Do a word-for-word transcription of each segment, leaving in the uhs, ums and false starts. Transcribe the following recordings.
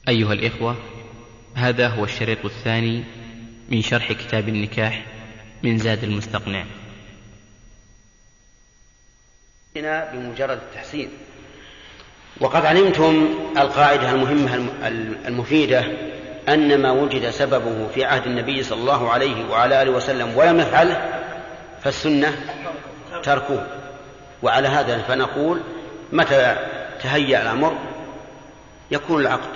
أيها الإخوة، هذا هو الشريط الثاني من شرح كتاب النكاح من زاد المستقنع. بمجرد التحسين. وقد علمتم القاعدة المهمة المفيدة أن ما وجد سببه في عهد النبي صلى الله عليه وعلى آله وسلم ولم يفعله فالسنة تركوه. وعلى هذا فنقول متى تهيأ الأمر يكون العقد.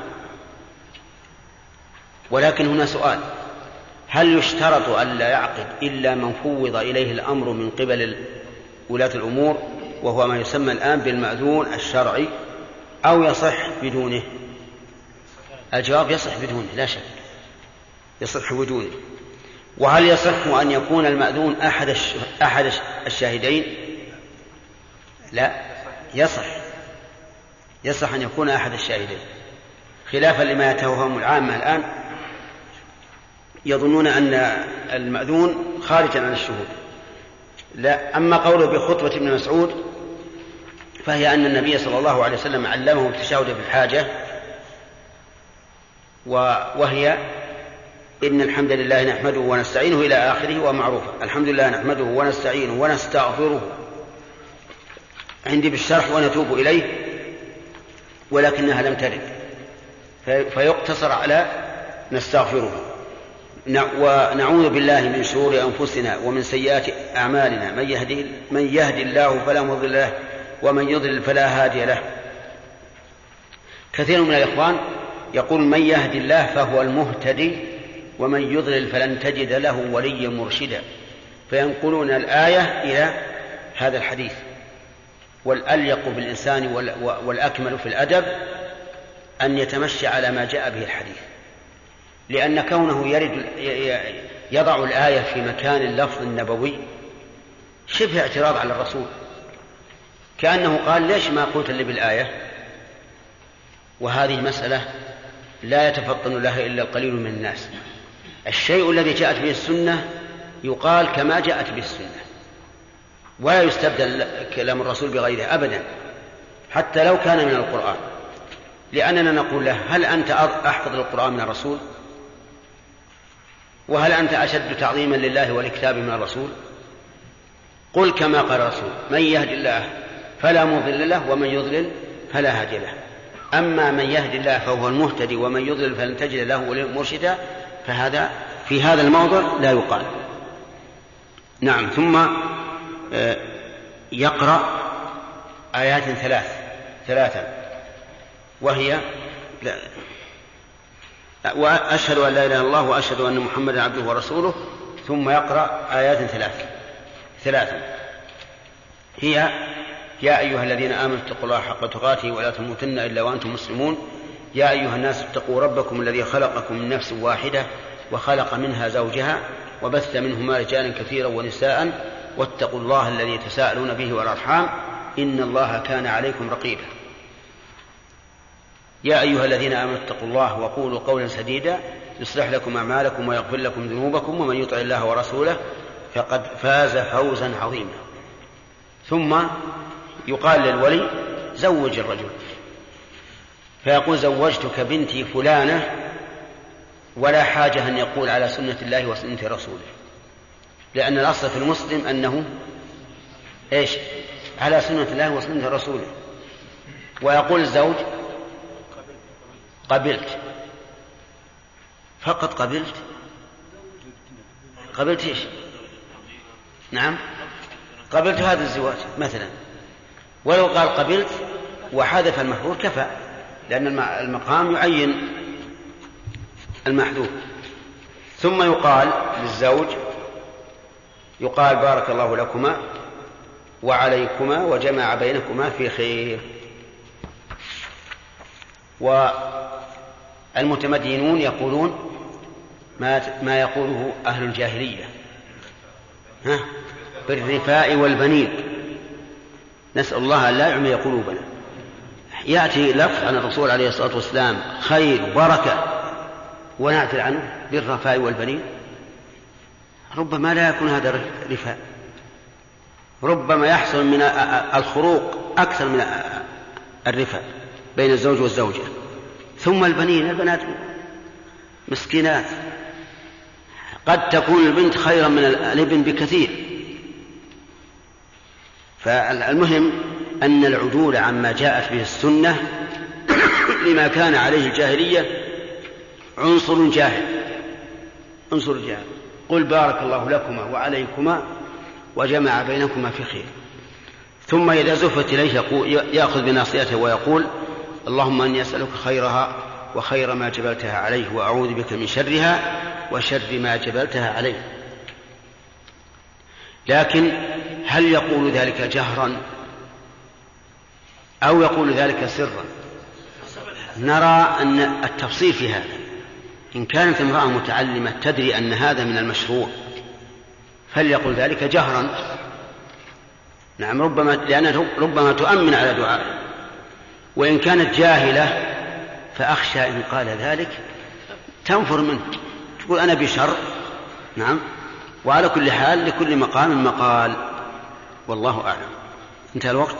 ولكن هنا سؤال: هل يشترط أن لا يعقد إلا من فوض إليه الأمر من قبل ولاة الأمور، وهو ما يسمى الآن بالمأذون الشرعي، أو يصح بدونه؟ الجواب: يصح بدونه لا شك، يصح بدونه. وهل يصح أن يكون المأذون أحد أحد الشاهدين؟ لا، يصح يصح أن يكون أحد الشاهدين، خلافا لما يتوهم العامة الآن، يظنون أن المأذون خارجا عن الشهود. لا. أما قوله بخطبة ابن مسعود فهي أن النبي صلى الله عليه وسلم علمه التشهد في الحاجة، وهي إن الحمد لله نحمده ونستعينه إلى آخره ومعروفة. الحمد لله نحمده ونستعينه ونستغفره عندي بالشرح ونتوب إليه، ولكنها لم ترد فيقتصر على نستغفره. ونعوذ بالله من شرور أنفسنا ومن سيئات أعمالنا، من يهدي, من يهدي الله فلا مضل له ومن يضلل فلا هادي له. كثير من الإخوان يقول من يهدي الله فهو المهتدي ومن يضلل فلن تجد له وليا مرشدا، فينقلون الآية إلى هذا الحديث. والأليق بالإنسان والأكمل في الأدب أن يتمشى على ما جاء به الحديث، لأن كونه يرد يضع الآية في مكان اللفظ النبوي شبه اعتراض على الرسول، كأنه قال: ليش ما قلت لي بالآية؟ وهذه مسألة لا يتفطن لها إلا القليل من الناس. الشيء الذي جاءت به السنة يقال كما جاءت به السنة، ولا يستبدل كلام الرسول بغيره أبدا، حتى لو كان من القرآن. لأننا نقول له: هل أنت أحفظ القرآن من الرسول؟ وهل أنت أشد تعظيما لله والكتاب من الرسول؟ قل كما قال الرسول: من يهدي الله فلا مضل له ومن يضلل فلا هادي له. أما من يهدي الله فهو المهتدي ومن يضلل فلن تجد له مرشدا، فهذا في هذا الموضع لا يقال. نعم. ثم يقرأ آيات ثلاث ثلاثا وهي لا وأشهد أن لا إله إلا الله وأشهد أن محمدا عبده ورسوله، ثم يقرأ آيات ثلاث ثلاثا هي: يا أيها الذين آمنوا اتقوا الله حق تقاته ولا تموتن إلا وأنتم مسلمون، يا أيها الناس اتقوا ربكم الذي خلقكم من نفس واحدة وخلق منها زوجها وبث منهما رجالا كثيرا ونساء واتقوا الله الذي تساءلون به والأرحام إن الله كان عليكم رقيبا. يا أيها الذين آمنوا اتقوا الله وقولوا قولا سديدا يصلح لكم أعمالكم ويغفر لكم ذنوبكم ومن يطع الله ورسوله فقد فاز فوزا عظيما. ثم يقال للولي: زوج الرجل، فيقول: زوجتك بنتي فلانة، ولا حاجة أن يقول على سنة الله وسنة رسوله، لأن الأصل في المسلم أنه إيش؟ على سنة الله وسنة رسوله. ويقول الزوج: قبلت، فقط قبلت. قبلت إيش؟ نعم، قبلت هذا الزواج مثلا. ولو قال قبلت وحذف المحذوف كفى، لأن المقام يعين المحذوف. ثم يقال للزوج، يقال: بارك الله لكما وعليكما وجمع بينكما في خير. والمتمدينون يقولون ما يقوله أهل الجاهلية: ها بالرفاء والبنين. نسأل الله أن لا يعمي قلوبنا. يأتي لفظ عن الرسول عليه الصلاة والسلام خير وبركة ونعتل عنه بالرفاء والبنين. ربما لا يكون هذا رفاء، ربما يحصل من الخروق أكثر من الرفاء بين الزوج والزوجة. ثم البنين، البنات مسكينات، قد تكون البنت خيرا من الابن بكثير. فالمهم أن العدول عما جاءت به السنة لما كان عليه الجاهلية عنصر جاهل، عنصر جاهل. قل بارك الله لكما وعليكما وجمع بينكما في خير. ثم إذا زفت إليه يأخذ بناصيته ويقول اللهم أني أسألك خيرها وخير ما جبلتها عليه وأعوذ بك من شرها وشر ما جبلتها عليه. لكن هل يقول ذلك جهرا أو يقول ذلك سرا؟ نرى أن التفصيل في هذا. إن كانت امرأة متعلمة تدري أن هذا من المشروع فليقول ذلك جهرا، نعم، ربما لأنه ربما تؤمن على دعائه. وإن كانت جاهلة فأخشى إن قال ذلك تنفر منه، تقول أنا بشر. نعم. وعلى كل حال لكل مقام مقال، والله أعلم. انتهى الوقت.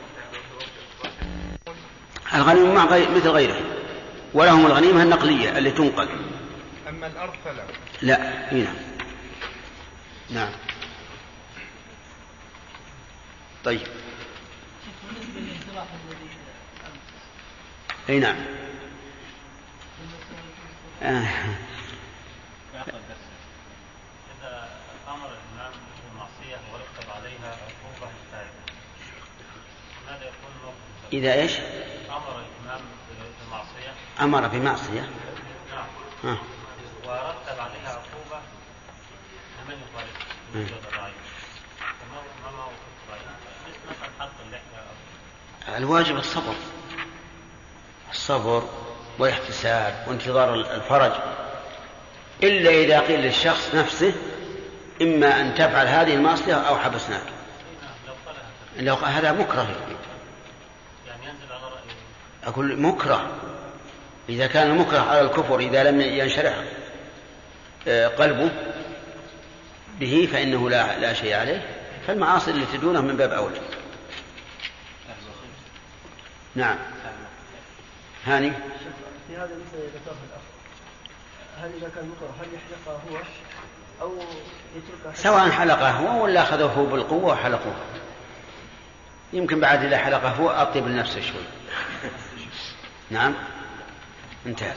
الغنيمة مع غير مثل غيره، ولهم الغنيمة النقلية اللي تنقل. أما الأرض فلا. لا. هنا. نعم. طيب. أي نعم. آه. إذا أمر الإمام بالمعصية ورتب عليها عقوبة الثالثة، ماذا يكون موقف؟ إذا إيش؟ أمر الإمام بالمعصية. أمر بمعصية. نعم. آه. ورتب عليها عقوبة، فمن يخالف؟ فما ما مثل حق اللحية. الواجب الصبر، الصبر والاحتساب وانتظار الفرج، إلا إذا قيل للشخص نفسه إما أن تفعل هذه المعصية أو حبسناك. لو هذا مكره، يعني ينزل على رأيه. أقول مكره. إذا كان المكره على الكفر إذا لم ينشرح قلبه به فإنه لا, لا شيء عليه، فالمعاصي اللي تدونه من باب أولى. نعم. هاني في هذا مثل ذكره الأخ، هل إذا كان مكره هل يحلقه هو أو يتركه؟ سواء حلقه هو ولا أخذه بالقوة وحلقوه، يمكن بعد إذا حلقه هو أطيب لنفسه شوي. نعم. انتهى.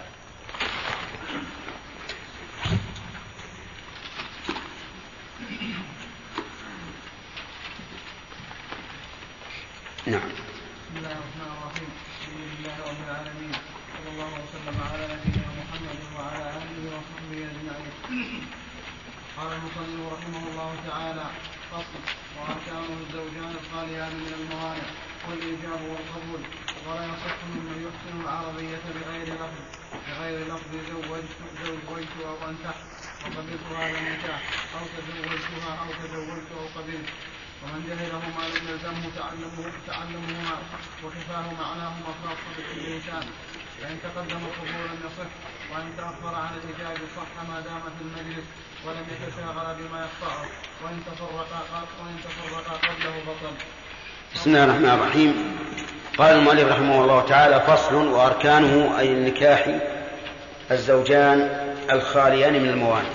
نعم. بسم الله الرحمن الرحيم. الحمد لله رب العالمين، صلى الله وسلم على نبينا محمد وعلى اله وصحبه اجمعين. قال المصنف رحمه الله تعالى: فصل. واركانه الزوجان الخاليان من الموانع والايجاب والقبول، ولا يصح ممن يحسن العربيه بغير لفظ بغير لفظ زوجت زوجت او انكحت وقبلت هذا النكاح او تزوجتها او تزوجت او قبلت. ومن جهلهما لم يلزمه تعلمه تعلمهما وخفاه معناهما خاصة بكل إنسان، فإن تقدم القبول لم يصح، وإن تأخر عن الإجابة صح ما دام في المجلس ولم يتشاغل بما يقطعه، وإن تفرقا وإن تفرقا قبله بطل. بسم الله الرحمن الرحيم. قال المؤلف رحمه الله تعالى: فصل. وأركانه أي النكاح الزوجان الخاليان من الموانع.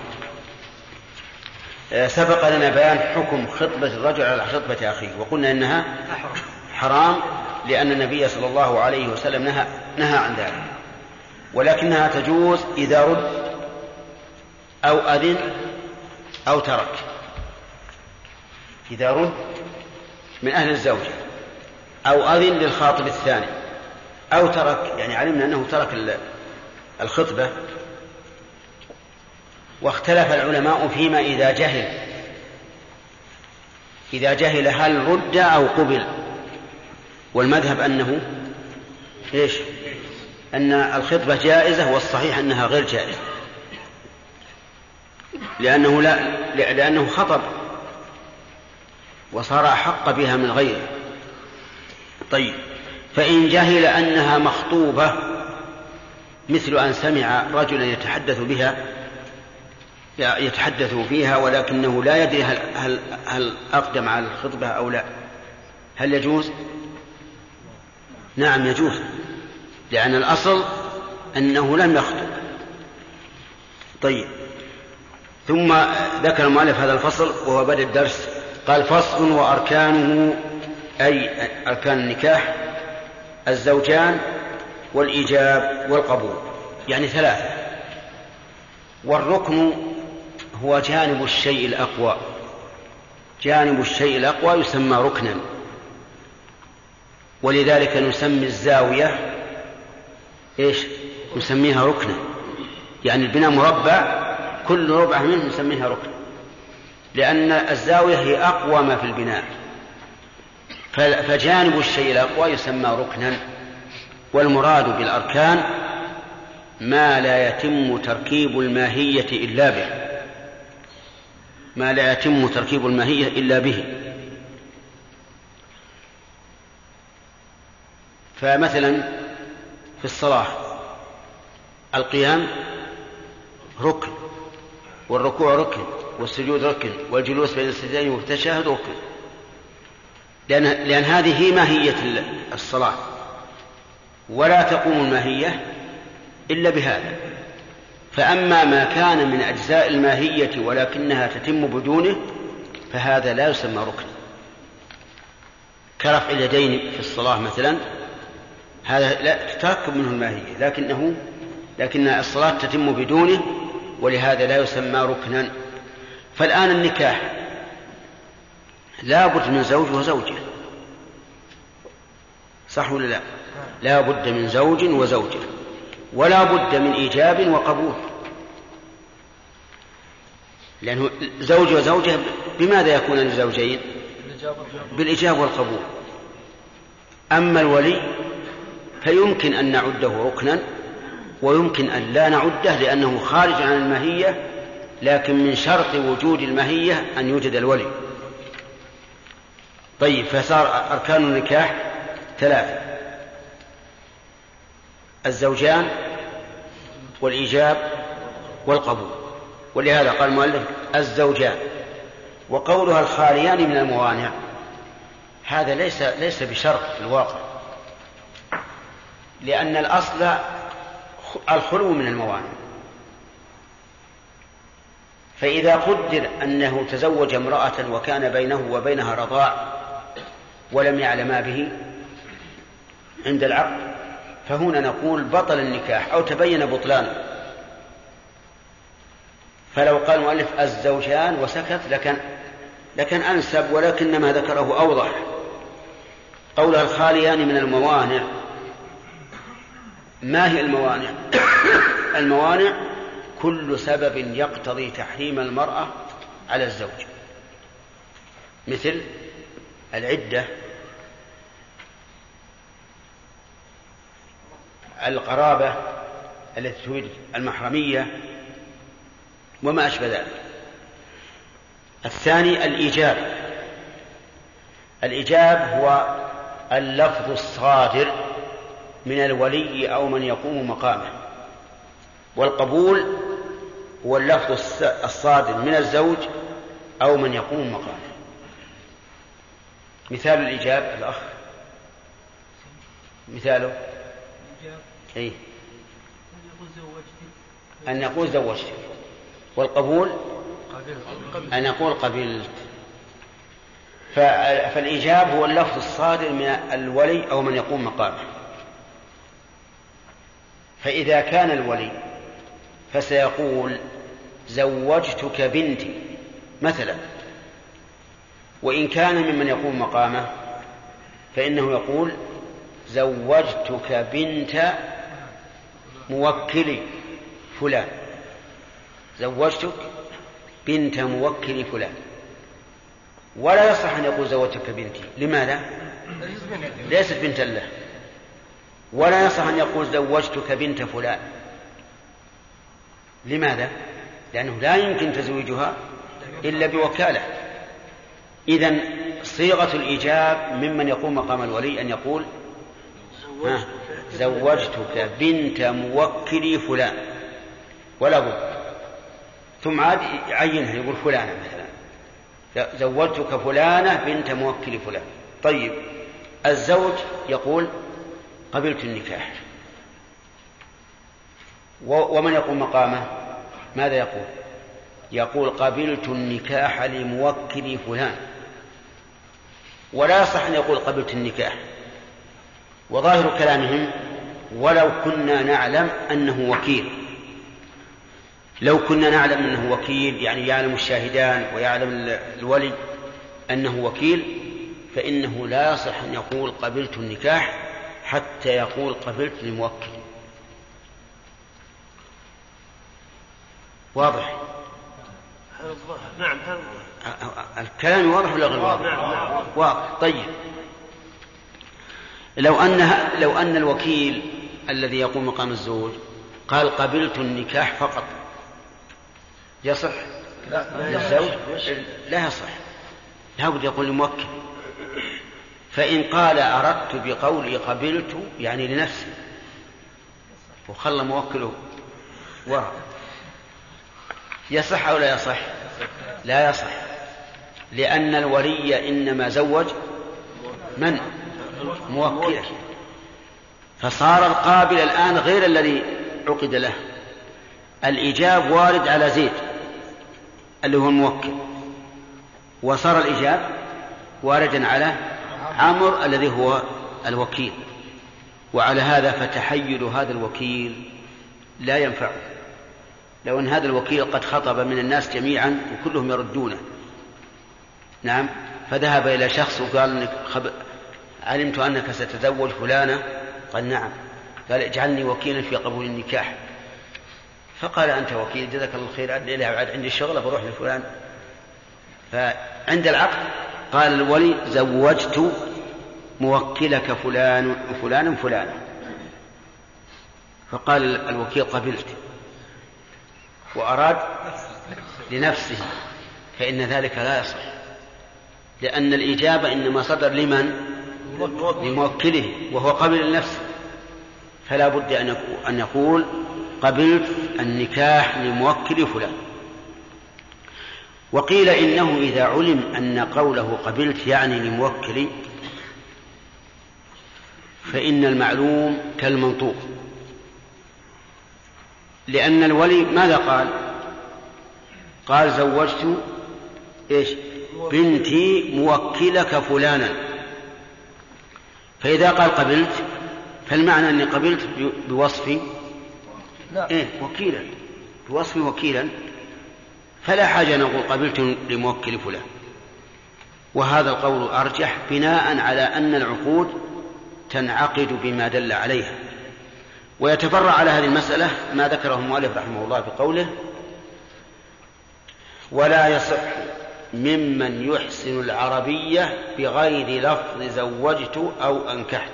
سبق لنا بيان حكم خطبة الرجل على خطبة أخيه، وقلنا إنها حرام لأن النبي صلى الله عليه وسلم نهى, نهى عن ذلك، ولكنها تجوز إذا رد أو أذن أو ترك. إذا رد من أهل الزوجة أو أذن للخاطب الثاني أو ترك، يعني علمنا أنه ترك الخطبة. واختلف العلماء فيما إذا جهل إذا جهل هل رد أو قبل، والمذهب أنه إيش؟ أن الخطبة جائزة، والصحيح أنها غير جائزة، لأنه, لا لأنه خطب وصار أحق بها من غيره. طيب، فإن جهل أنها مخطوبة مثل أن سمع رجلا يتحدث بها يتحدث فيها ولكنه لا يدري هل, هل, هل أقدم على الخطبة أو لا، هل يجوز؟ نعم يجوز، لأن الأصل أنه لم يخطب. طيب، ثم ذكر المؤلف هذا الفصل وهو بدء الدرس، قال فصل وأركانه، أي أركان النكاح، الزوجان والإيجاب والقبول، يعني ثلاثة. والركن هو جانب الشيء الأقوى، جانب الشيء الأقوى يسمى ركنا، ولذلك نسمي الزاوية إيش؟ نسميها ركنا، يعني البناء مربع كل ربع منه نسميها ركن، لأن الزاوية هي أقوى ما في البناء، فجانب الشيء الأقوى يسمى ركنا. والمراد بالأركان ما لا يتم تركيب الماهية إلا به، ما لا يتم تركيب الماهية إلا به. فمثلا في الصلاة القيام ركن، والركوع ركن، والسجود ركن، والجلوس بين السجدين والتشهد ركن، لأن, لأن هذه هي ماهية الصلاة، ولا تقوم الماهية إلا بهذا. فأما ما كان من أجزاء الماهية ولكنها تتم بدونه فهذا لا يسمى ركن، كرفع اليدين في الصلاة مثلا، هذا لا تتركب منه الماهية، لكنه لكن الصلاة تتم بدونه، ولهذا لا يسمى ركنا. فالآن النكاح لا بد من زوج وزوجة، صح ولا لا؟ لا بد من زوج وزوجة، ولا بد من إيجاب وقبول، لأنه زوج وزوجة بماذا يكون الزوجين؟ بالإيجاب والقبول. أما الولي فيمكن أن نعده ركنا، ويمكن أن لا نعده لأنه خارج عن الماهية، لكن من شرط وجود الماهية أن يوجد الولي. طيب، فصار أركان النكاح ثلاثة: الزوجان والإيجاب والقبول، ولهذا قال المؤلف الزوجان. وقولها الخاليان من الموانع هذا ليس ليس بشرط في الواقع، لأن الأصل الخلو من الموانع. فإذا قدر أنه تزوج امرأة وكان بينه وبينها رضاع ولم يعلما به عند العقد، فهنا نقول بطل النكاح أو تبين بطلانه. فلو قال المؤلف الزوجان وسكت لكن لكن أنسب، ولكن ما ذكره أوضح. قولها الخاليان من الموانع، ما هي الموانع؟ الموانع كل سبب يقتضي تحريم المرأة على الزوج، مثل العدة، القرابة التي تريد المحرمية، وما أشبه ذلك. الثاني الإيجاب. الإيجاب هو اللفظ الصادر من الولي أو من يقوم مقامه، والقبول هو اللفظ الصادر من الزوج أو من يقوم مقامه. مثال الإيجاب الأخ، مثاله إيه؟ أن يقول زوجتك، والقبول أن يقول قبلت. فالإيجاب هو اللفظ الصادر من الولي أو من يقوم مقامه. فإذا كان الولي فسيقول زوجتك بنتي مثلا، وإن كان ممن يقوم مقامه فإنه يقول زوجتك بنت موكل فلان، زوجتك بنت موكل فلان. ولا يصح أن يقول زوجتك بنتي، لماذا؟ ليست بنت له. ولا يصح أن يقول زوجتك بنت فلان، لماذا؟ لأنه لا يمكن تزويجها إلا بوكالة. إذن صيغة الإيجاب ممن يقوم مقام الولي أن يقول ها زوجتك بنت موكل فلان، ولا بد. ثم عاد يعينها، يقول فلانة مثلا، زوجتك فلانة بنت موكل فلان. طيب، الزوج يقول قبلت النكاح، ومن يقول مقامه ماذا يقول؟ يقول قبلت النكاح لموكل فلان، ولا يصح أن يقول قبلت النكاح. وظاهر كلامهم ولو كنا نعلم أنه وكيل، لو كنا نعلم أنه وكيل يعني يعلم الشاهدان ويعلم الولي أنه وكيل، فإنه لا يصح أن يقول قبلت النكاح حتى يقول قبلت لموكل. واضح؟ نعم. الكلام واضح ولا غير واضح؟ نعم. واضح. طيب، لو أن لو أن الوكيل الذي يقوم مقام الزوج قال قبلت النكاح فقط، يصح؟ للزوج لا يصح، لا بد يقول لموكل. فإن قال أردت بقولي قبلت يعني لنفسي وخلى موكله وراء، يصح أو لا يصح؟ لا يصح، لأن الولي إنما زوج من؟ موكله، فصار القابل الآن غير الذي عقد له. الإجاب وارد على زيد اللي هو الموكل، وصار الإجاب واردا على عمرو الذي هو الوكيل. وعلى هذا فتحيل هذا الوكيل لا ينفعه، لو أن هذا الوكيل قد خطب من الناس جميعا وكلهم يردونه، نعم، فذهب إلى شخص وقال إنك خب... علمت أنك ستزوج فلانة، قال نعم، قال اجعلني وكيلا في قبول النكاح، فقال أنت وكيل جزاك الله خير، عندي الشغل بروح لفلان. فعند العقد قال الولي زوجت موكلك فلان وفلان فلان، فقال الوكيل قبلت وأراد لنفسه، فإن ذلك لا يصح، لأن الإجابة إنما صدر لمن؟ لموكله، وهو قبل لنفسه، فلا بد أن يقول قبلت النكاح لموكل فلان. وقيل إنه إذا علم أن قوله قبلت يعني لموكل فإن المعلوم كالمنطوق، لأن الولي ماذا قال؟ قال زوجت إيش؟ بنتي موكلك فلانا، فإذا قال قبلت فالمعنى أني قبلت بوصفي إيه؟ وكيلا، بوصفي وكيلا، فلا حاجة نقول قبلت لموكل فلان. وهذا القول أرجح بناء على أن العقود تنعقد بما دل عليها. ويتفرع على هذه المسألة ما ذكره المؤلف رحمه الله بقوله ولا يصح ممن يحسن العربية بغير لفظ زوجت أو أنكحت.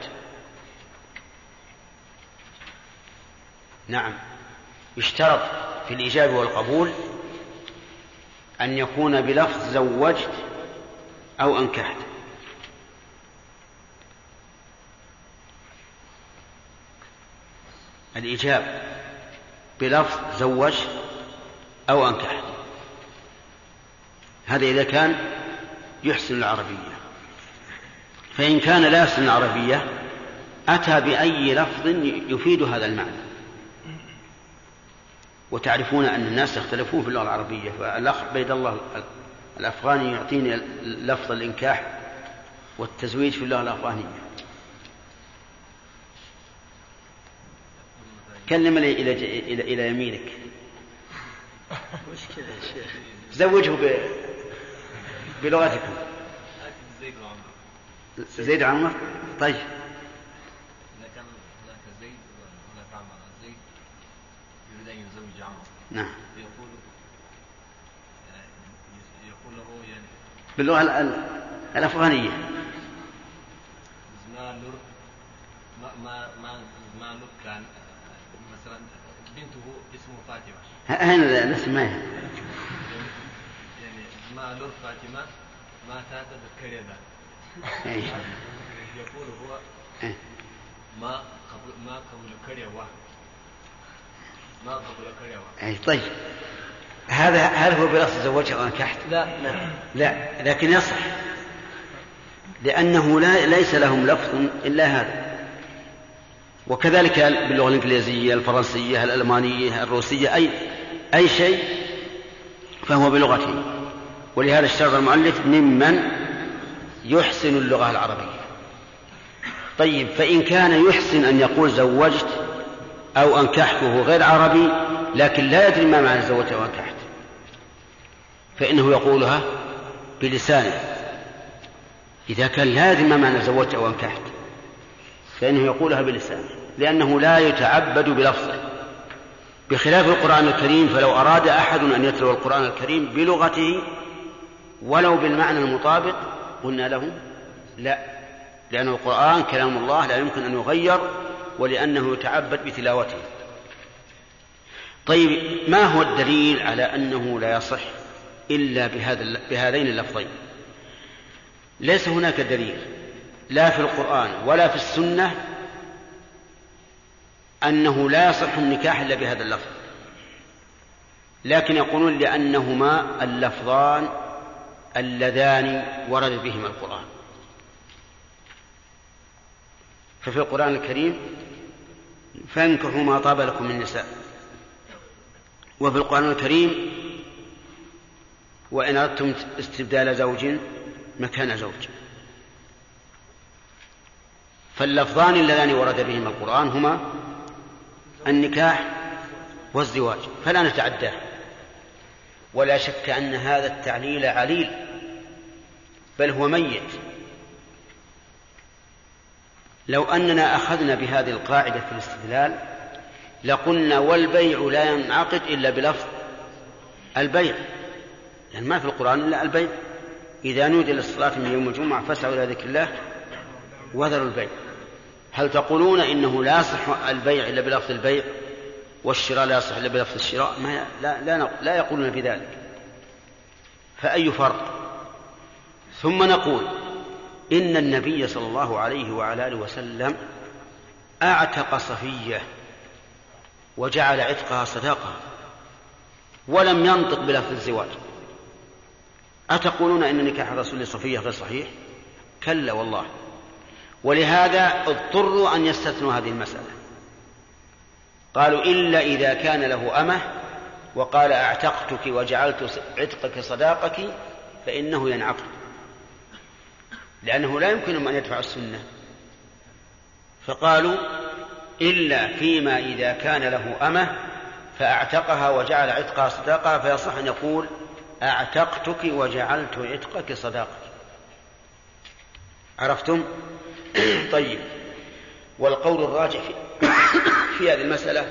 نعم، يشترط في الإجابة والقبول أن يكون بلفظ زوجت أو أنكحت. الإجابة بلفظ زوجت أو أنكحت، هذا إذا كان يحسن العربية. فإن كان لا يحسن العربية أتى بأي لفظ يفيد هذا المعنى. وتعرفون أن الناس يختلفون في اللغة العربية، فالأخ بيد الله الأفغاني يعطيني لفظ الإنكاح والتزويج في اللغة الأفغانية. كلم لي إلى, إلى, إلى يمينك. مشكلة يا شيخ. زوجه ب... بلغتكم. زيد عمر. طيب. لكن هناك زيد وهناك عمر. زيد يريد أن يزوج عمر. نعم. يقول يقول له يعني باللغة الأفغانية. ما لور ما ما ما ما لور كان مثلا بنته اسمه فاطمة. هنا نسمعها. يعني ما لور فاطمة ما تذكر هذا. يقول هو ما قبل ما قبل كريوة ما قبل كريوة. أي طيب، هذا هل هو بلفظ زوجها أو أنكحت؟ لا لا لا، لكن يصح لأنه لا ليس لهم لفظ إلا هذا. وكذلك باللغة الإنجليزية، الفرنسية، الألمانية، الروسية، أي أي شيء فهو بلغته. ولهذا اشترط المؤلف ممن يحسن اللغة العربية. طيب، فإن كان يحسن أن يقول زوجت أو أنكحته غير عربي لكن لا يدري ما معنى زوجت أو أنكحت، فإنه يقولها بلسانه. إذا كان لا يدري ما معنى زوجت أو أنكحت فإنه يقولها بلسانه، لأنه لا يتعبد بلفظه، بخلاف القرآن الكريم. فلو أراد أحد أن يتلو القرآن الكريم بلغته ولو بالمعنى المطابق قلنا له لا، لأن القرآن كلام الله لا يمكن أن يغير، ولأنه يتعبد بتلاوته. طيب، ما هو الدليل على أنه لا يصح إلا بهذا بهذين اللفظين؟ ليس هناك دليل لا في القرآن ولا في السنة أنه لا يصح النكاح إلا بهذا اللفظ، لكن يقولون لأنهما اللفظان اللذان ورد بهما القرآن. ففي القرآن الكريم فانكحوا ما طاب لكم من النساء، وفي القرآن الكريم وإن أردتم استبدال زوج مكان زوج. فاللفظان اللذان ورد بهما القرآن هما النكاح والزواج، فلا نتعداه. ولا شك أن هذا التعليل عليل، بل هو ميت. لو أننا أخذنا بهذه القاعدة في الاستدلال لقلنا والبيع لا ينعقد إلا بلفظ البيع، يعني ما في القرآن إلا البيع. إذا نودي للصلاة من يوم الجمعة فاسعوا إلى ذكر الله وذروا البيع. هل تقولون إنه لا يصح البيع إلا بلفظ البيع والشراء لا يصح إلا بلفظ الشراء؟ ما لا, لا, لا يقولون بذلك، فأي فرق؟ ثم نقول إن النبي صلى الله عليه وعلى آله وسلم أعتق صفية وجعل عتقها صداقة ولم ينطق بلفظ الزواج. أتقولون إن نكاح الرسول لصفية غير صحيح؟ كلا والله. ولهذا اضطروا أن يستثنوا هذه المسألة، قالوا إلا إذا كان له أمه وقال أعتقتك وجعلت عتقك صداقك فإنه ينعقد، لأنه لا يمكن أن يدفع السنة. فقالوا إلا فيما إذا كان له أمه فأعتقها وجعل عتقها صداقة فيصح أن يقول أعتقتك وجعلت عتقك صداقة. عرفتم؟ طيب، والقول الراجح في هذه المسألة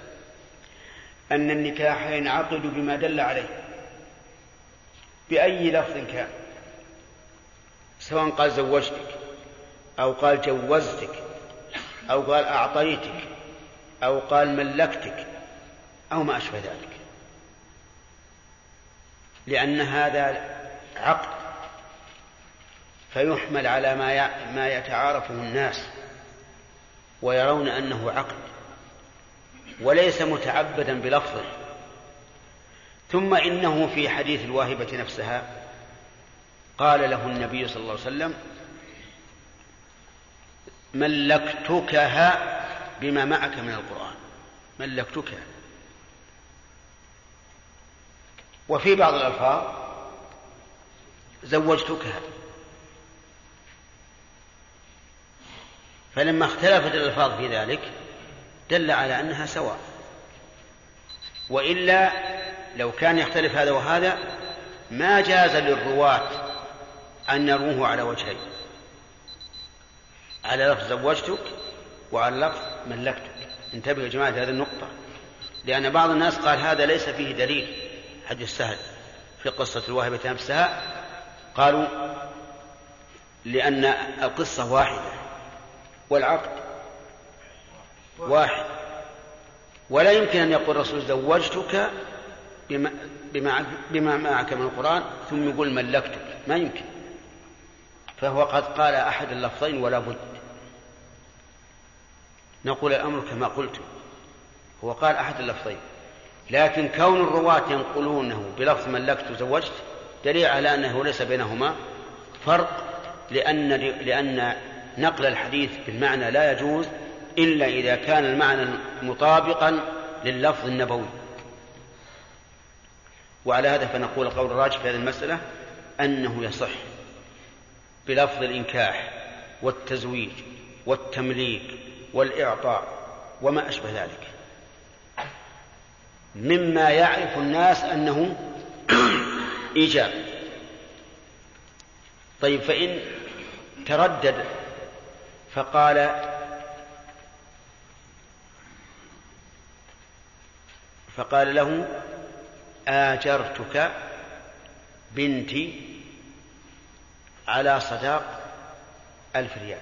أن النكاح ينعقد بما دل عليه بأي لفظ كان، سواء قال زوجتك أو قال جوزتك أو قال أعطيتك أو قال ملكتك أو ما أشبه ذلك، لأن هذا عقد فيحمل على ما يتعارفه الناس ويرون أنه عقد وليس متعبدا بلفظه. ثم إنه في حديث الواهبة نفسها قال له النبي صلى الله عليه وسلم ملكتكها بما معك من القرآن، ملكتكها. وفي بعض الألفاظ زوجتكها. فلما اختلفت الألفاظ في ذلك دل على أنها سواء، وإلا لو كان يختلف هذا وهذا ما جاز للرواة أن يروه على وجهين، على لفظ زوجتك وعلى لفظ ملكتك. انتبهوا يا جماعة هذه النقطة، لأن بعض الناس قال هذا ليس فيه دليل. حديث سهل في قصة الواهبة نفسها قالوا لأن القصة واحدة والعقد واحد، ولا يمكن أن يقول الرسول زوجتك بما, بما, بما معك من القرآن ثم يقول ملكتك، ما يمكن. فهو قد قال أحد اللفظين ولا بد. نقول الأمر كما قلت، هو قال أحد اللفظين، لكن كون الرواة ينقلونه بلفظ ملكت زوجت دليل على أنه ليس بينهما فرق، لأن, لأن نقل الحديث بالمعنى لا يجوز إلا إذا كان المعنى مطابقا لللفظ النبوي. وعلى هذا فنقول القول الراجح في هذه المسألة أنه يصح بلفظ الإنكاح والتزويج والتمليك والإعطاء وما أشبه ذلك مما يعرف الناس أنه إيجاب. طيب فإن تردد فقال فقال له آجرتك بنتي على صداق ألف ريال،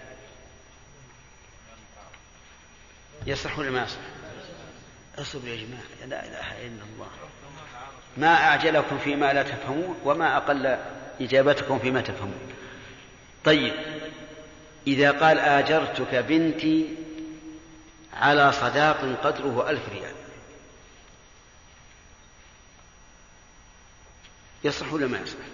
يصح ولا ما يصح؟ اصبر يا جماعة، لا إله إلا الله، ما أعجلكم فيما لا تفهمون وما أقل إجابتكم فيما تفهمون. طيب إذا قال آجرتك بنتي على صداق قدره ألف ريال يصح ولا ما يصح؟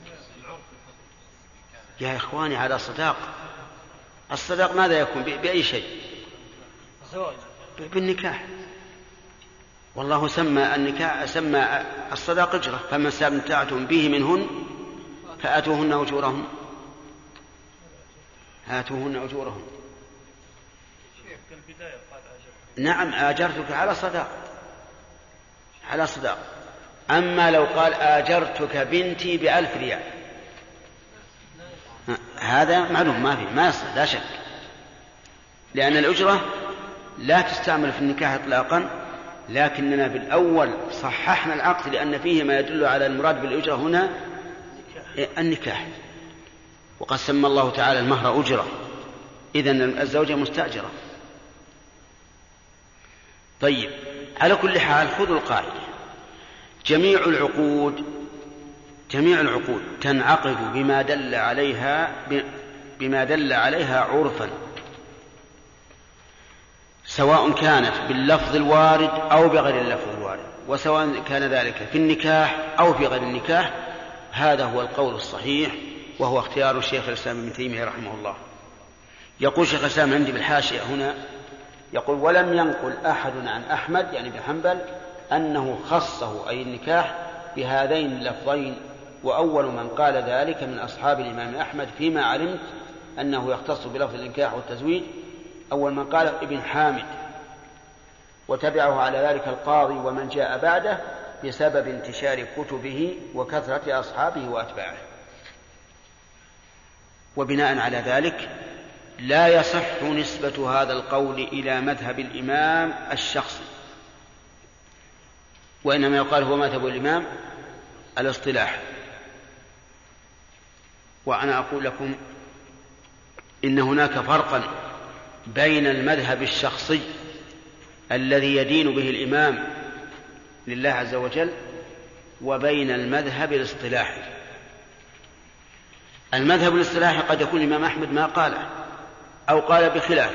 يا إخواني على صداق، الصداق ماذا يكون بأي شيء؟ بالنكاح، والله سمى النكاح سمى الصداق أجرة، فما استمتعتم به منهن فآتوهن أجورهن آتوهن أجورهن. نعم آجرتك على صداق على صداق. أما لو قال آجرتك بنتي بألف ريال هذا معلوم ما في ما يصح لا شك، لأن الأجرة لا تستعمل في النكاح إطلاقا، لكننا بالأول صححنا العقد لأن فيه ما يدل على المراد بالأجرة هنا النكاح، وقد سمى الله تعالى المهر أجرة، إذن الزوجة مستأجرة. طيب على كل حال خذوا القاعدة، جميع العقود جميع العقود تنعقد بما دل عليها بما دل عليها عرفا، سواء كانت باللفظ الوارد أو بغير اللفظ الوارد، وسواء كان ذلك في النكاح أو في غير النكاح. هذا هو القول الصحيح وهو اختيار الشيخ الإسلام ابن تيمية رحمه الله. يقول شيخ الإسلام عندي بالحاشية هنا، يقول ولم ينقل أحد عن أحمد يعني بن حنبل أنه خصه أي النكاح بهذين اللفظين، وأول من قال ذلك من أصحاب الإمام أحمد فيما علمت أنه يختص بلفظ النكاح والتزويج، أول من قال ابن حامد، وتبعه على ذلك القاضي ومن جاء بعده بسبب انتشار كتبه وكثرة أصحابه وأتباعه. وبناء على ذلك لا يصح نسبة هذا القول إلى مذهب الإمام الشخصي، وإنما يقال هو مذهب الإمام الاصطلاح. وأنا أقول لكم إن هناك فرقا بين المذهب الشخصي الذي يدين به الإمام لله عز وجل وبين المذهب الاصطلاحي. المذهب الاصطلاحي قد يكون الإمام أحمد ما قاله أو قال بخلافه،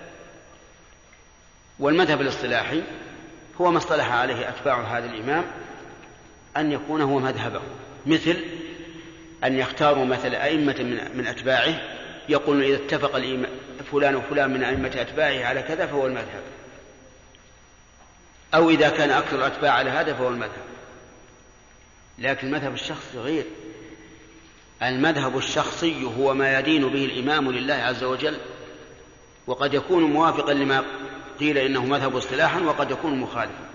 والمذهب الاصطلاحي هو ما اصطلح عليه أتباع هذا الإمام أن يكون هو مذهبه، مثل أن يختاروا مثل أئمة من أتباعه يقولون إذا اتفق فلان وفلان من أئمة أتباعه على كذا فهو المذهب، أو إذا كان أكثر الأتباع على هذا فهو المذهب. لكن المذهب الشخصي غير، المذهب الشخصي هو ما يدين به الإمام لله عز وجل، وقد يكون موافقا لما قيل إنه مذهب اصطلاحا وقد يكون مخالفا.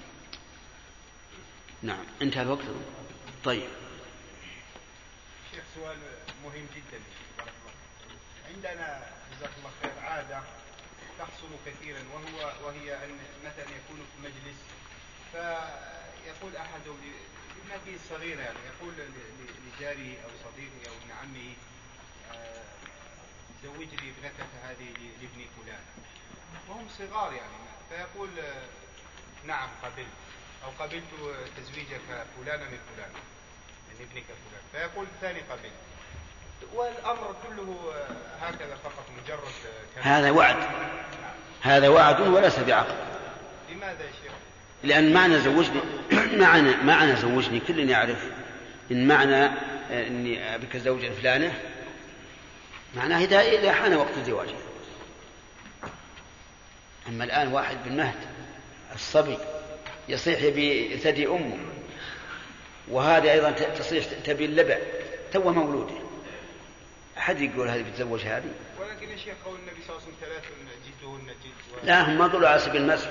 نعم انتهى الوقت. طيب شيخ سؤال مهم جدا، عندنا جزاك الله خير عادة تحصل كثيرا، وهو وهي أن مثلا يكون في مجلس فيقول أحدهم لابنته الصغيرة يعني يقول لجاره أو صديقه أو ابن عمه زوج لي ابنتك هذه لابن فلان، وهم صغار يعني، فيقول نعم قبلت أو قبلت تزويجك فلانا من فلان من ابنك فلان، فيقول الثاني قبلت، والأمر كله هكذا فقط مجرد هذا وعد. هذا وعد وليس بعقد. لماذا يا شيخ؟ لأن معنى زوجني معنى معنى زوجني كل يعرف إن معنى إني أبيك زوجا فلانة معناه إذا إذا حان وقت الزواج. أما الآن واحد بالمهد الصبي يصيح يبي ثدي أمه، وهذه أيضا تصيح تبي اللبع تو مولوده، أحد يقول هذه بتزوج هذه؟ ولكن يا شيخ قول النبي صلى الله عليه وسلم ثلاث جدهن جد و... لا، هم ما قالوا على سبيل المزح.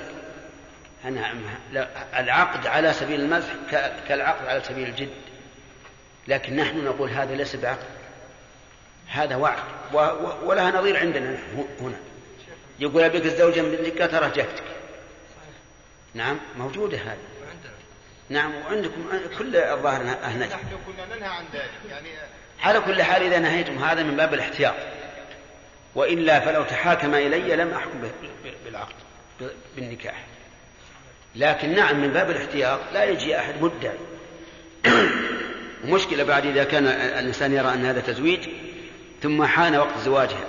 العقد على سبيل المزح كالعقد على سبيل الجد، لكن نحن نقول هذا ليس بعقد، هذا وعد، ولها نظير عندنا هنا. يقول أبيك الزوجة من ذلك ترى جهتك. نعم موجودة هذه. نعم وعندكم كل الظاهر أهنج. نحن كنا ننهى عن ذلك يعني. على كل حال إذا نهيتم هذا من باب الاحتياط، وإلا فلو تحاكم إلي لم أحكم بالعقد بالنكاح. لكن نعم من باب الاحتياط لا يجي أحد مدعي. مشكلة بعد إذا كان الإنسان يرى أن هذا تزويج ثم حان وقت زواجها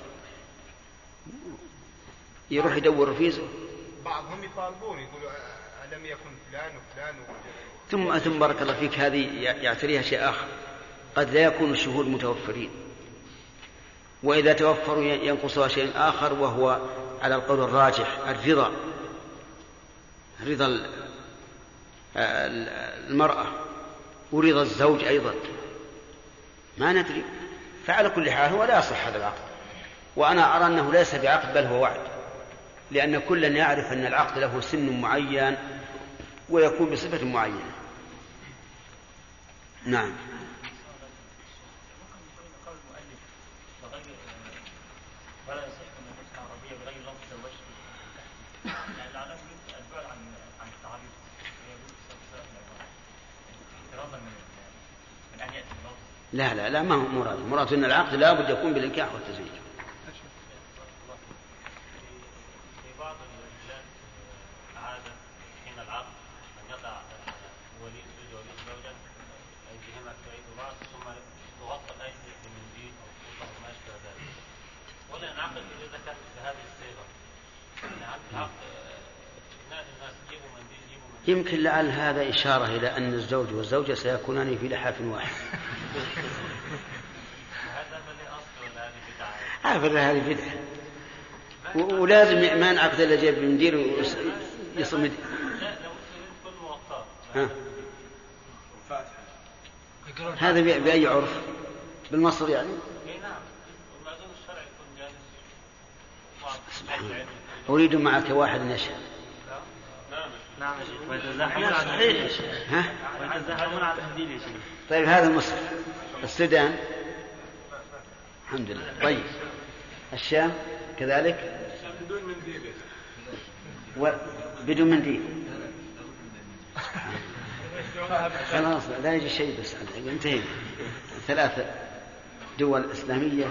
يروح يدور في زوج. بعضهم يطالبون يقولوا ألم يكن فلان وفلان و... ثم ثم بارك الله فيك هذه يعتريها شيء آخر، قد لا يكون الشهود متوفرين، وإذا توفروا ينقصها شيء آخر وهو على القول الراجح الرضا، رضا المرأة ورضا الزوج أيضا، ما ندري. فعلى كل حال هو لا يصح هذا العقد، وأنا أرى أنه ليس بعقد بل هو وعد، لأن كلا يعرف أن العقد له سن معين ويكون بصفة معينة. نعم. لا لا لا ما هو مراد، مراد أن العقد لا بد يكون بالنكاح والتزويج. في بعض البلاد عادة حين العقد أن يضع ولي الزوج وولي الزوجة أيديهما في أيدي بعض ثم تغطى الأيدي بمنديل أو خطة ما أشبه ذلك، ولا نعقد إذا كانت بهذه الصيغة. يعني العقد نادي الناس جيبوا منديل جيبوا منديل. يمكن لعل هذا إشارة إلى أن الزوج والزوجة سيكونان في لحاف واحد. هذا من أصل ولا هذه بدعة؟ أبدا هذه بدعة، ولازم ما نعقد إلا جيب منديل ويصمد. لا لو كل موقع. ها. هذا بأي عرف؟ بالمصر يعني؟ إيه نعم. والمأذون الشرعي يكون جالس. سبحان الله. أريد معك واحد نشأ. نعم يا شيخ. ويتزاحمون على التهديد يا شيخ. ها؟ ويتزاحمون على التهديد يا شيخ. طيب هذا مصر. السودان. الحمد لله. طيب. الشام كذلك. بدون منديل. بدون منديل. خلاص لا يجي شيء بس انتهينا. ثلاثة دول إسلامية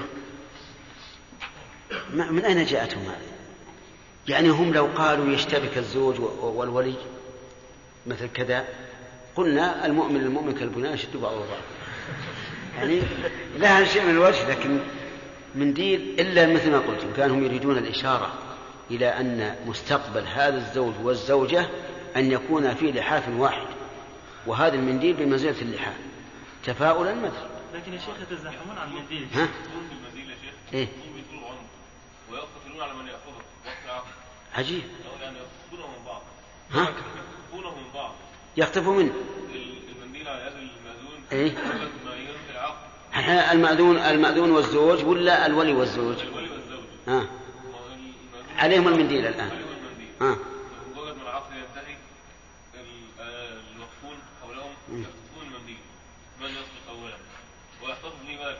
من أين جاءتهم هذه؟ يعني هم لو قالوا يشتبك الزوج والولي مثل كذا قلنا المؤمن المؤمن كالبنيان يشد بعضه بعضا، يعني لها شيء من الوجه، لكن منديل إلا مثل ما قلت كانوا هم يريدون الإشارة إلى أن مستقبل هذا الزوج والزوجة أن يكون في لحاف واحد، وهذا المنديل بمنزلة اللحاف تفاؤلا مثل. لكن يا شيخ يتزاحمون على المنديل. ها؟ المنديل يا شيخ إيه؟ هم يطولوا عنه ويقتلون على من يأخذه وقت العقد. عجيب. يعني يخطفونه من بعض. ها؟ يخطفونه من بعض. يخطفوا منه. المنديل على يد المأذون. إيه؟ ما ينفي العقد. المأذون المأذون والزوج ولا الولي والزوج؟ الولي والزوج. ها. عليهم المنديل الآن. عليهم المنديل. ها. مجرد ما العقد ينتهي الوقفون حولهم يخطفون المنديل من يسقط أولا ويحتفظ به مدى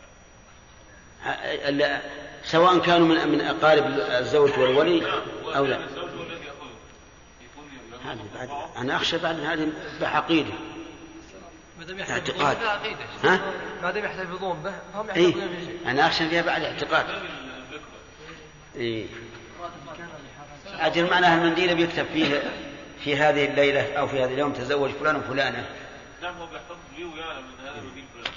الحياة. سواء كانوا من من أقارب الزوج والولي أو لا. الزوج هو الذي يأخذه. هذا بعد أنا أخشى بعد هذه بعقيدة. اعتقاد. ها؟ ما دام يحتفظون به هم إيه؟ يحتفظون به. أنا أخشى فيها بعد اعتقاد. إيه. أجل معناها المنديل بيكتب فيه في هذه الليلة أو في هذا اليوم تزوج فلان وفلانة. نعم هو بيحتفظ به ويعلم أن هذا المنديل فلان.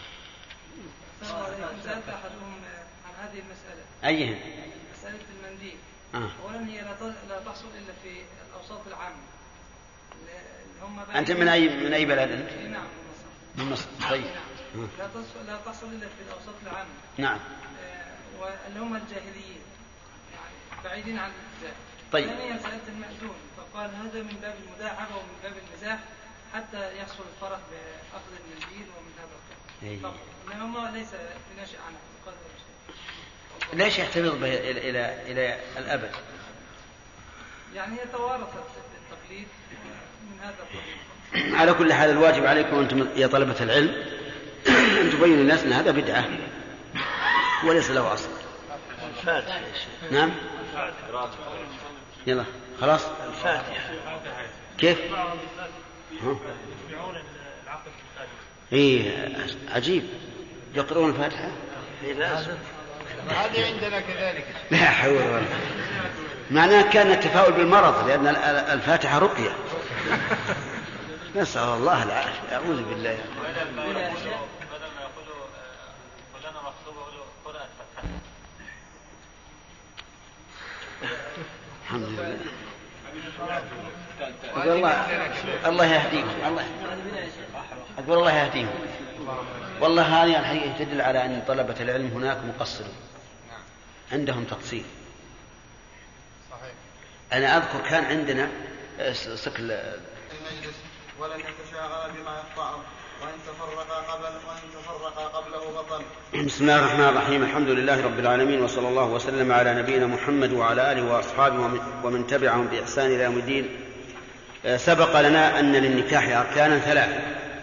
سألت أحدهم عن هذه المسألة. أيهم؟ مسألة المنديل. آه. أولا هي لا تحصل إلا في الأوساط العامة. هم أنت من أي من أي بلد أنت؟ نعم من مصر. طيب. نعم. لا تصل لا تصل إلا في الأوساط العامة. نعم. واللي هم الجاهليين يعني بعيدين عن الإلتزام. طيب. ثانيا سألت المأذون فقال هذا من باب المداعبة ومن باب المزاح حتى يحصل الفرح بأخذ المنديل ومن هذا القبل. إنما ليس بناشئ عنه. ليش يحتفظ به إلى إلى إلى الأبد؟ يعني يتوارث التقليد من هذا القبيل. على كل حال الواجب عليكم أنتم يا طلبة العلم أن تبينوا الناس أن هذا بدعة وليس له أصل. الفاتحة. نعم. يلا خلاص. الفاتحة. كيف؟ إيه عجيب يقرؤون الفاتحة. هذه عندنا كذلك. لا حول ولا قوة. معناه كان التفاؤل بالمرض لأن الفاتحة رقية. نسأل الله العافية. أعوذ بالله. بدل ما يقولوا فلان مخطوب يقولوا قرأت فتحة. الحمد لله. أقول الله الله يهديهم. الله أقول الله يهديهم. والله هذه الحقيقة تدل على أن طلبة العلم هناك مقصرون عندهم تقصير. صحيح. أنا أذكر كان عندنا سكل المجلس ولن يتشاغل بما يقطعه وإن تفرقا قبل وإن تفرقا قبله بطل. بسم الله الرحمن الرحيم. الحمد لله رب العالمين وصلى الله وسلم على نبينا محمد وعلى آله وأصحابه ومن تبعهم بإحسان إلى يوم الدين. سبق لنا أن للنكاح أركانا ثلاثة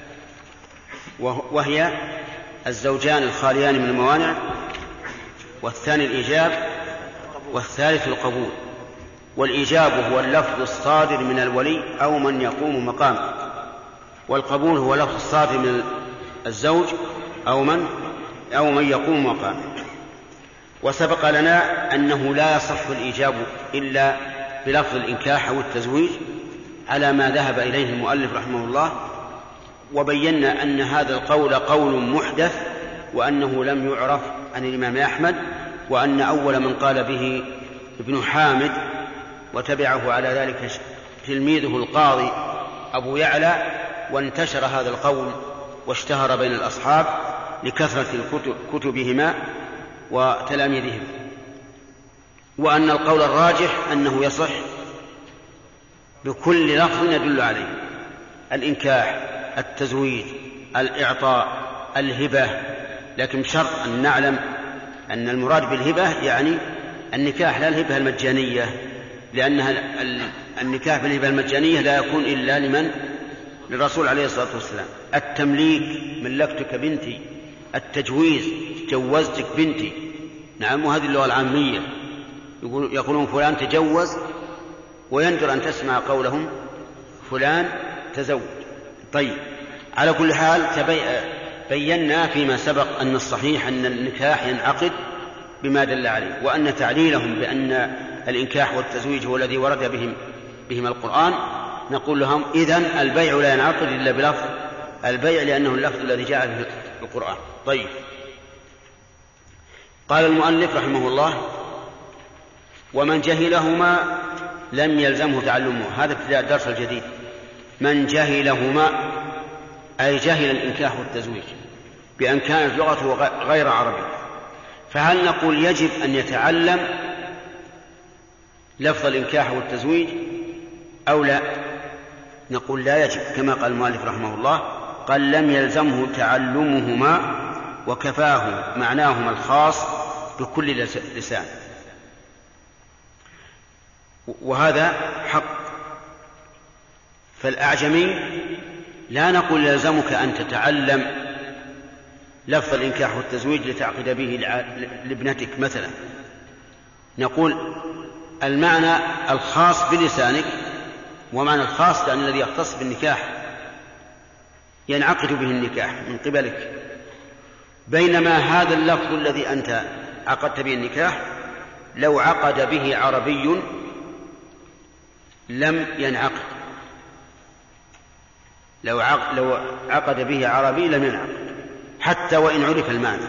وهي الزوجان الخاليان من الموانع والثاني الإيجاب والثالث القبول. والإيجاب هو اللفظ الصادر من الولي أو من يقوم مقامه، والقبول هو اللفظ الصادر من الزوج أو من أو من يقوم مقامه. وسبق لنا أنه لا يصح الإيجاب إلا بلفظ الإنكاح أو التزويج على ما ذهب إليه المؤلف رحمه الله، وبينا أن هذا القول قول محدث وأنه لم يعرف عن الإمام أحمد، وأن أول من قال به ابن حامد وتبعه على ذلك تلميذه القاضي أبو يعلى، وانتشر هذا القول واشتهر بين الأصحاب لكثرة الكتب كتبهما وتلاميذهم. وأن القول الراجح أنه يصح بكل لفظ يدل عليه: الإنكاح، التزويج، الإعطاء، الهبة، لكن شرط أن نعلم أن المراد بالهبة يعني النكاح لا الهبة المجانية، لأنها النكاح بالهبة المجانية لا يكون إلا لمن؟ للرسول عليه الصلاة والسلام. التمليك: ملكتك بنتي. التجويز: جوزتك بنتي. نعم، وهذه اللغة العامية، يقولون فلان تجوز، ويندر أن تسمع قولهم فلان تزوج. طيب، على كل حال بينا فيما سبق أن الصحيح أن النكاح ينعقد بما دل عليه، وأن تعليلهم بأن الإنكاح والتزويج هو الذي ورد بهم بهما القرآن نقول لهم إذن البيع لا ينعقد إلا بلفظ البيع، لأنه اللفظ الذي جاء في القرآن. طيب، قال المؤلف رحمه الله: ومن جهلهما لم يلزمه تعلمه. هذا ابتداء الدرس الجديد. من جهلهما أي جهل الإنكاح والتزويج بأن كانت لغته غير عربية، فهل نقول يجب أن يتعلم لفظ الإنكاح والتزويج أو لا؟ نقول لا يجب، كما قال المؤلف رحمه الله: قال لم يلزمه تعلمهما وكفاه معناهما الخاص بكل لسان. وهذا حق. فالأعجمي لا نقول يلزمك أن تتعلم لفظ الإنكاح والتزويج لتعقد به لابنتك مثلا، نقول المعنى الخاص بلسانك، ومعنى الخاص لأن الذي يختص بالنكاح ينعقد به النكاح من قبلك، بينما هذا اللفظ الذي أنت عقدت به النكاح لو عقد به عربي لم ينعقد، لو عقد به عربي لم ينعقد حتى وإن عرف المعنى.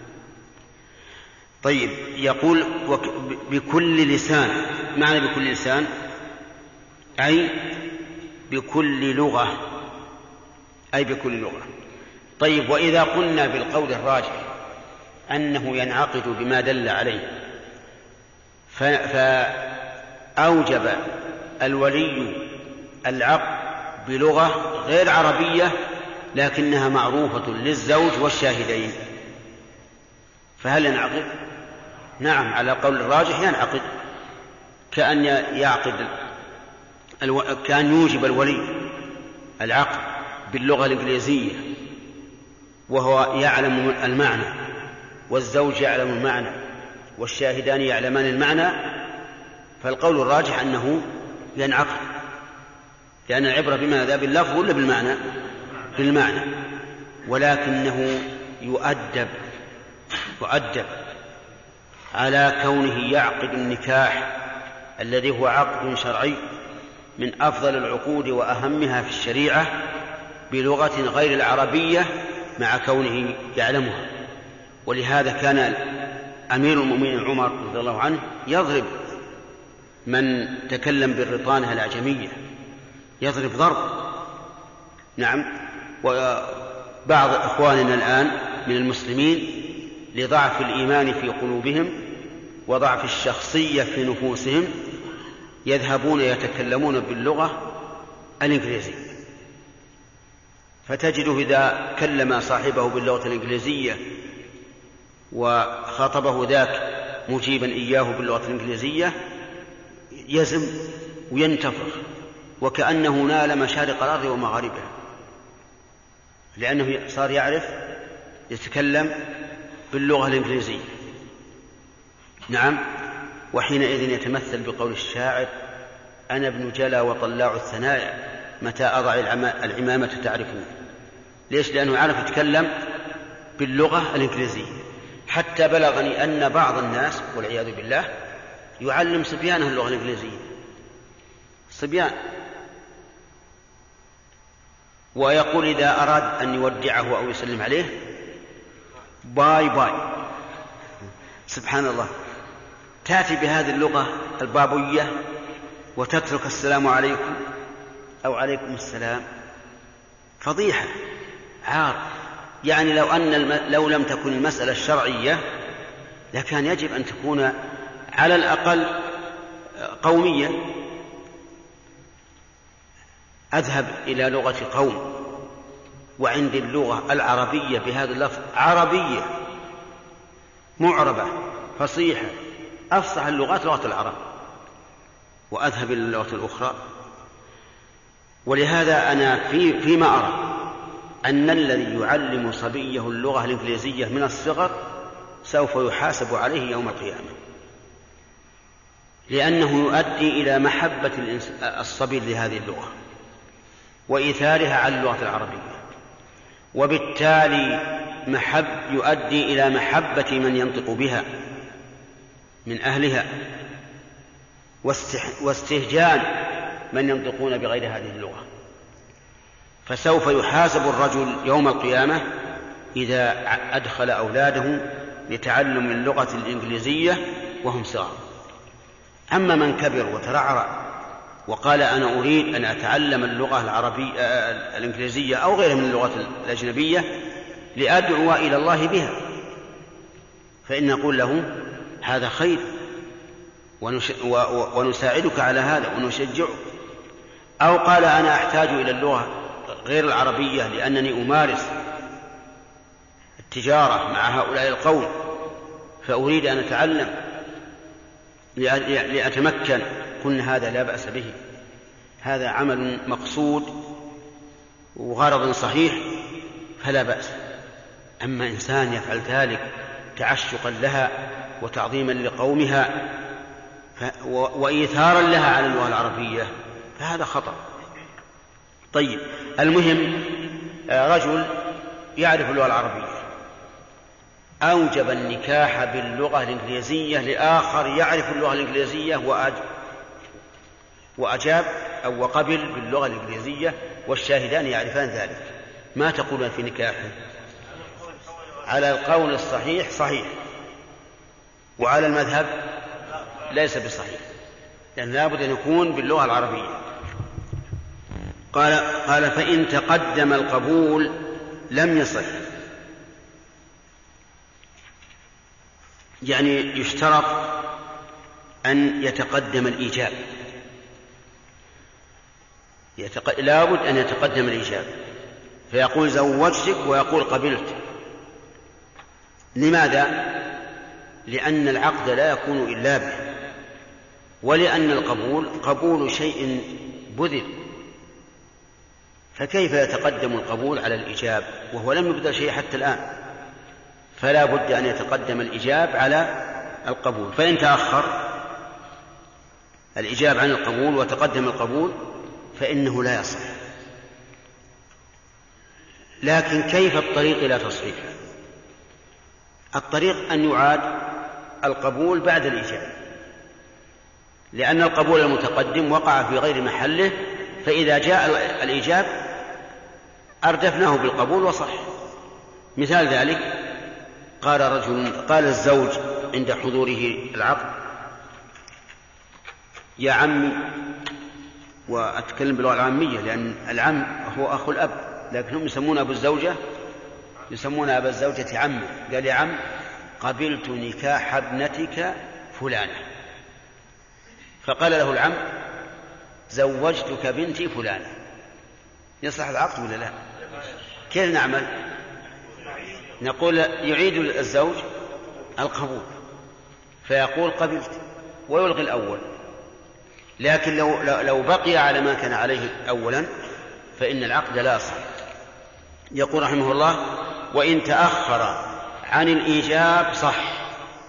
طيب، يقول بكل لسان. معنى بكل لسان أي بكل لغة، أي بكل لغة. طيب، وإذا قلنا بالقول الراجح أنه ينعقد بما دل عليه، أوجب الولي العقد بلغة غير عربية لكنها معروفة للزوج والشاهدين، فهل ينعقد؟ نعم، على قول الراجح ينعقد، كأن يعقد الو... كأن يوجب الولي العقد باللغة الإنجليزية وهو يعلم المعنى والزوج يعلم المعنى والشاهدان يعلمان المعنى، فالقول الراجح أنه ينعقد، لأن العبرة بماذا؟ باللفظ ولا بالمعنى؟ بالمعنى، ولكنه يؤدب يؤدب على كونه يعقد النكاح الذي هو عقد شرعي من أفضل العقود وأهمها في الشريعة بلغة غير العربية مع كونه يعلمها. ولهذا كان أمير المؤمنين عمر رضي الله عنه يضرب من تكلم بالرطانة الأعجمية، يضرب ضرب. نعم، وبعض إخواننا الآن من المسلمين لضعف الإيمان في قلوبهم وضعف الشخصية في نفوسهم يذهبون يتكلمون باللغة الإنجليزية، فتجده إذا كلم صاحبه باللغة الإنجليزية وخاطبه ذاك مجيبا إياه باللغة الإنجليزية يزم وينتفخ وكأنه نال مشارق الأرض ومغاربها، لأنه صار يعرف يتكلم باللغة الإنجليزية. نعم، وحينئذ يتمثل بقول الشاعر: أنا ابن جلا وطلاع الثنايا متى أضع العمامة تعرفون. ليش؟ لأنه عرف يتكلم باللغة الإنجليزية، حتى بلغني أن بعض الناس والعياذ بالله يعلم صبيانه اللغة الإنجليزية، صبيان، ويقول إذا أراد أن يودعه أو يسلم عليه باي باي. سبحان الله، تأتي بهذه اللغة البابوية وتترك السلام عليكم أو عليكم السلام، فضيحة، عار. يعني لو أن الم... لو لم تكن المسألة الشرعية لكان يجب أن تكون على الأقل قومية. أذهب إلى لغة قوم وعندي اللغة العربية بهذا اللفظ عربية معربة فصيحة أفصح اللغات لغة العرب، وأذهب إلى اللغة الأخرى. ولهذا أنا في فيما أرى أن الذي يعلم صبيه اللغة الإنجليزية من الصغر سوف يحاسب عليه يوم القيامة، لأنه يؤدي إلى محبة الصبي لهذه اللغة وإيثارها على اللغة العربية، وبالتالي محب يؤدي إلى محبة من ينطق بها من أهلها واستهجان من ينطقون بغير هذه اللغة. فسوف يحاسب الرجل يوم القيامة إذا أدخل أولاده لتعلم اللغة الإنجليزية وهم صغار. أما من كبر وترعرع وقال أنا أريد أن أتعلم اللغة العربية الإنجليزية أو غيرها من اللغات الأجنبية لأدعو إلى الله بها، فإن نقول له هذا خير ونساعدك على هذا ونشجعك. أو قال أنا أحتاج إلى اللغة غير العربية لأنني أمارس التجارة مع هؤلاء القوم فأريد أن أتعلم لأتمكن، قلنا هذا لا بأس به، هذا عمل مقصود وغرض صحيح فلا بأس. أما إنسان يفعل ذلك تعشقا لها وتعظيما لقومها وإيثارا لها على اللغة العربية فهذا خطأ. طيب، المهم رجل يعرف اللغة العربية أوجب النكاح باللغة الإنجليزية لآخر يعرف اللغة الإنجليزية وأجاب أو وقبل باللغة الإنجليزية والشاهدان يعرفان ذلك، ما تقولون في نكاحه؟ على القول الصحيح صحيح، وعلى المذهب ليس بصحيح، لأن لابد أن يكون باللغة العربية. قال قال فإن تقدم القبول لم يصح، يعني يشترط أن يتقدم الإيجاب، يتق... لابد أن يتقدم الإيجاب، فيقول زوجتك ويقول قبلت. لماذا؟ لأن العقد لا يكون إلا به، ولأن القبول قبول شيء بذل، فكيف يتقدم القبول على الإيجاب وهو لم يبذل شيء حتى الآن؟ فلا بد أن يتقدم الإيجاب على القبول. فإن تأخر الإيجاب عن القبول وتقدم القبول فإنه لا يصح. لكن كيف الطريق إلى تصحيحه؟ الطريق أن يعاد القبول بعد الإيجاب، لأن القبول المتقدم وقع في غير محله، فإذا جاء الإيجاب أردفناه بالقبول وصح. مثال ذلك قال رجل قال الزوج عند حضوره العقد: يا عمي، وأتكلم باللغة العامية لأن العم هو أخو الأب، لكنهم يسمون أبو الزوجة يسمون أبا الزوجة عمه. قال: يا عم، قبلت نكاح ابنتك فلانة. فقال له العم: زوجتك بنتي فلانة. يصح العقد ولا لا؟ كيف نعمل؟ نقول يعيد الزوج القبول فيقول قبلت ويلغي الأول، لكن لو, لو بقي على ما كان عليه أولا فإن العقد لا يصح. يقول رحمه الله: وإن تأخر عن الإيجاب صح.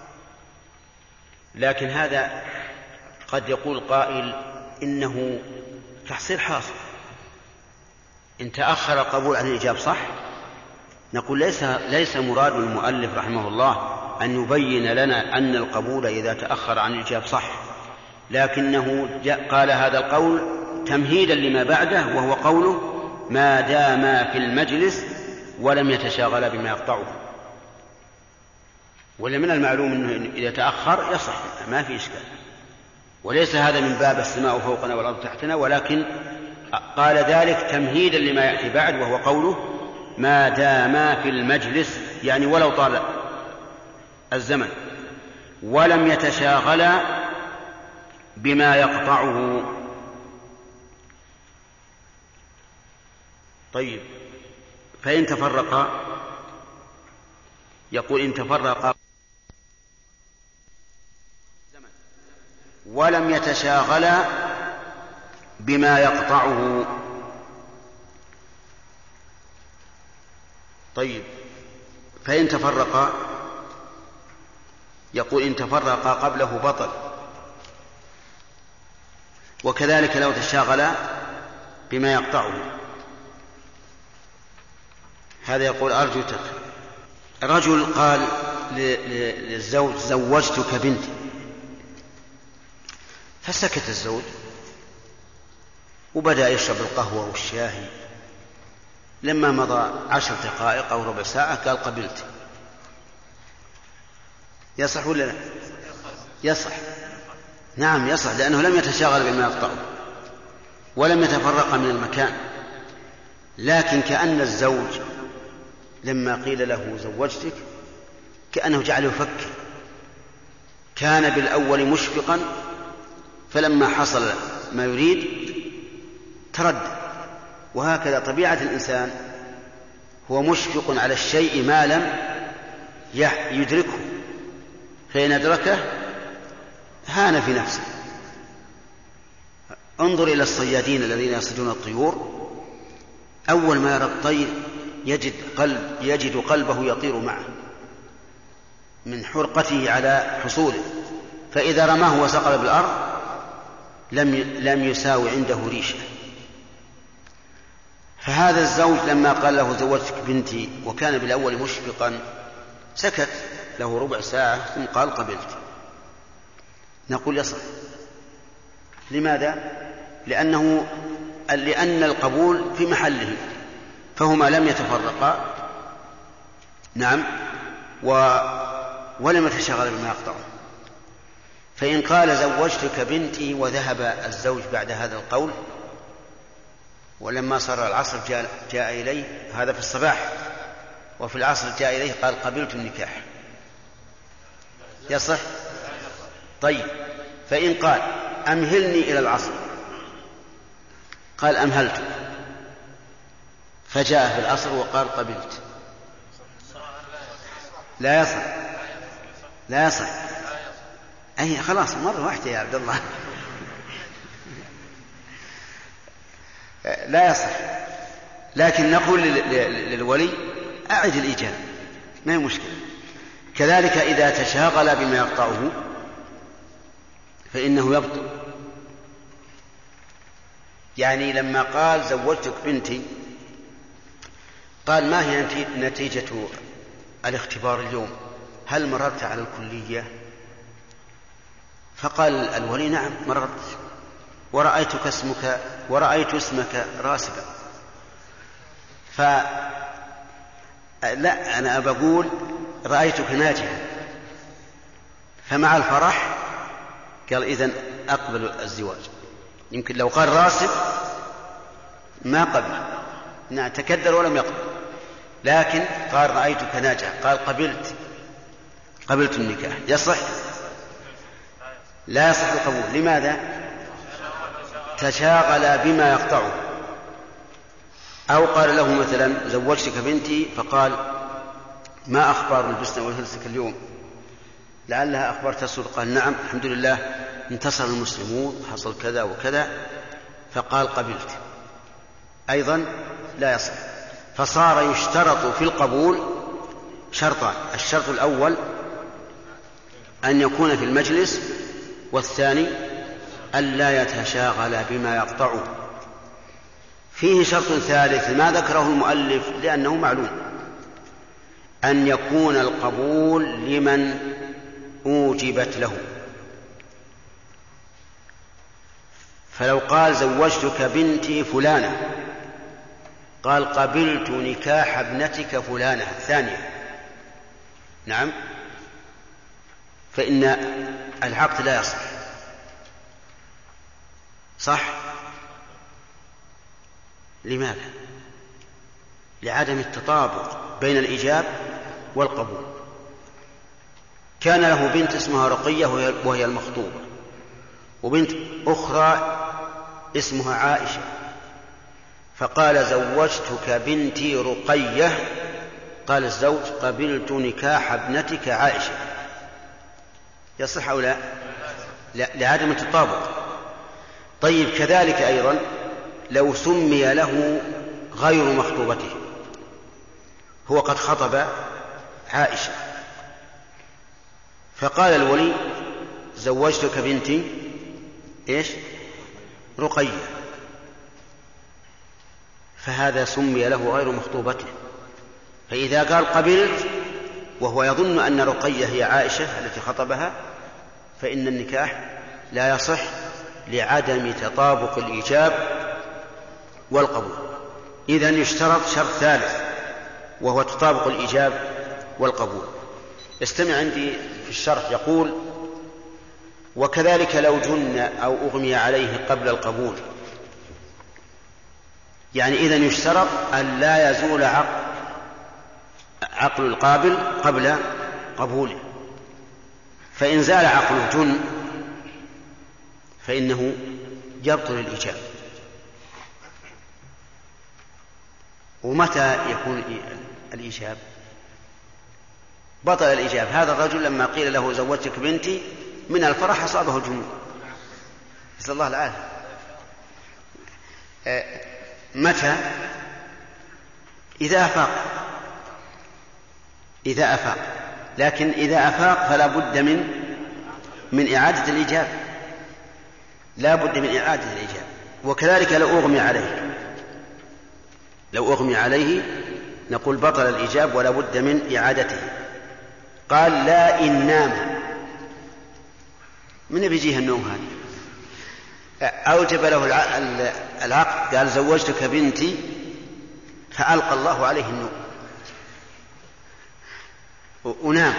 لكن هذا قد يقول قائل إنه تحصيل حاصل، إن تأخر القبول عن الإيجاب صح. نقول ليس, ليس مراد المؤلف رحمه الله أن يبين لنا أن القبول إذا تأخر عن الإيجاب صح، لكنه قال هذا القول تمهيدا لما بعده، وهو قوله: ما دام في المجلس ولم يتشاغل بما يقطعه. ولا من المعلوم أنه إذا تأخر يصح، ما في إشكال، وليس هذا من باب السماء فوقنا والأرض تحتنا، ولكن قال ذلك تمهيدا لما يأتي بعد، وهو قوله: ما دام في المجلس، يعني ولو طال الزمن، ولم يتشاغل بما يقطعه. طيب، فإن تفرقا، يقول: إن تفرقا ولم يتشاغل بما يقطعه. طيب، فإن تفرقا، يقول: إن تفرقا قبله بطل، وكذلك لو تشاغل بما يقطعه. هذا يقول: أرجوتك. رجل قال للزوج: زوجتك بنتي، فسكت الزوج وبدأ يشرب القهوة والشاهي. لما مضى عشر دقائق أو ربع ساعة قال: قبلت. يصح ولا لا؟ يصح. نعم يصح، لأنه لم يتشاغل بما يقطعه ولم يتفرق من المكان. لكن كأن الزوج لما قيل له زوجتك كأنه جعله يفكر، كان بالأول مشفقا، فلما حصل ما يريد تردد. وهكذا طبيعة الإنسان، هو مشفق على الشيء ما لم يدركه، فإن أدركه هان في نفسه. انظر إلى الصيادين الذين يصيدون الطيور، أول ما يرى الطير يجد, قلب يجد قلبه يطير معه من حرقته على حصوله، فإذا رماه وسقط بالأرض لم لم يساوي عنده ريشة. فهذا الزوج لما قال له: زوجتك بنتي، وكان بالأول مشفقا، سكت له ربع ساعة ثم قال: قبلت. نقول: يصح. لماذا؟ لأنه لأن القبول في محله، فهما لم يتفرقا. نعم، و... ولم يتشاغل بما يقطعه. فإن قال: زوجتك بنتي، وذهب الزوج بعد هذا القول، ولما صار العصر جاء, جاء إليه، هذا في الصباح، وفي العصر جاء إليه قال: قبلت النكاح، يصح؟ طيب، فإن قال أمهلني إلى العصر قال أمهلت فجاء في العصر وقال قبلت لا يصح لا يصح أي خلاص مرة واحدة يا عبد الله لا يصح. لكن نقول للولي أعد الإجابة ما هي مشكلة. كذلك إذا تشاغل بما يقطعه فإنه يبطل. يعني لما قال زوجتك بنتي قال ما هي نتيجة الاختبار اليوم؟ هل مررت على الكلية؟ فقال الولي نعم مررت ورأيتك اسمك ورأيت اسمك راسبا. فلا أنا بقول رأيتك ناجحا، فمع الفرح قال إذن أقبل الزواج. يمكن لو قال راسب ما قبل، نعم تكدر ولم يقبل، لكن قال رأيتك ناجحا قال قبلت قبلت النكاح يصح؟ لا يصح القبول. لماذا؟ تشاغل بما يقطعه. أو قال له مثلا زوجتك بنتي فقال ما أخبار البسنة والهرسك اليوم؟ لعلها أخبار تسر. قال نعم الحمد لله انتصر المسلمون حصل كذا وكذا، فقال قبلت، أيضا لا يصح. فصار يشترط في القبول شرطان: الشرط الأول أن يكون في المجلس، والثاني ألا يتشاغل بما يقطعه. فيه شرط ثالث ما ذكره المؤلف لأنه معلوم: أن يكون القبول لمن أوجبت له. فلو قال زوجتك بنتي فلانة قال قبلت نكاح ابنتك فلانة الثانية، نعم، فإن العقد لا يصح. صح؟ لماذا؟ لعدم التطابق بين الإيجاب والقبول. كان له بنت اسمها رقية وهي المخطوبة، وبنت أخرى اسمها عائشة، فقال زوجتك بنتي رقية، قال الزوج قبلت نكاح ابنتك عائشة. يصح أو لا؟ لا، لعدم التطابق. طيب كذلك أيضا لو سمي له غير مخطوبته، هو قد خطب عائشة فقال الولي زوجتك بنتي إيش؟ رقية، فهذا سمي له غير مخطوبته. فإذا قال قبلت وهو يظن أن رقية هي عائشة التي خطبها فإن النكاح لا يصح لعدم تطابق الإيجاب والقبول. إذن يشترط شرط ثالث وهو تطابق الإيجاب والقبول. استمع عندي في الشرح يقول: وكذلك لو جن أو أغمي عليه قبل القبول. يعني إذن يشترط أن لا يزول عقل عقل القابل قبل قبوله، فإن زال عقل الجن فإنه يبطل الإيجاب. ومتى يكون الإيجاب؟ بطل الإيجاب. هذا الرجل لما قيل له زوجتك بنتي من الفرح أصابه الجنون، نسأل الله العافية. متى؟ إذا أفاق إذا أفاق لكن إذا أفاق فلا بد من من إعادة الإيجاب، لا بد من إعادة الإيجاب. وكذلك لو أغمي عليه لو أغمي عليه نقول بطل الإيجاب ولا بد من إعادته. قال لا إن نام، من بيجيه النوم هذا؟ أوجب له العقد، قال زوجتك بنتي فألقى الله عليه النوم ونام،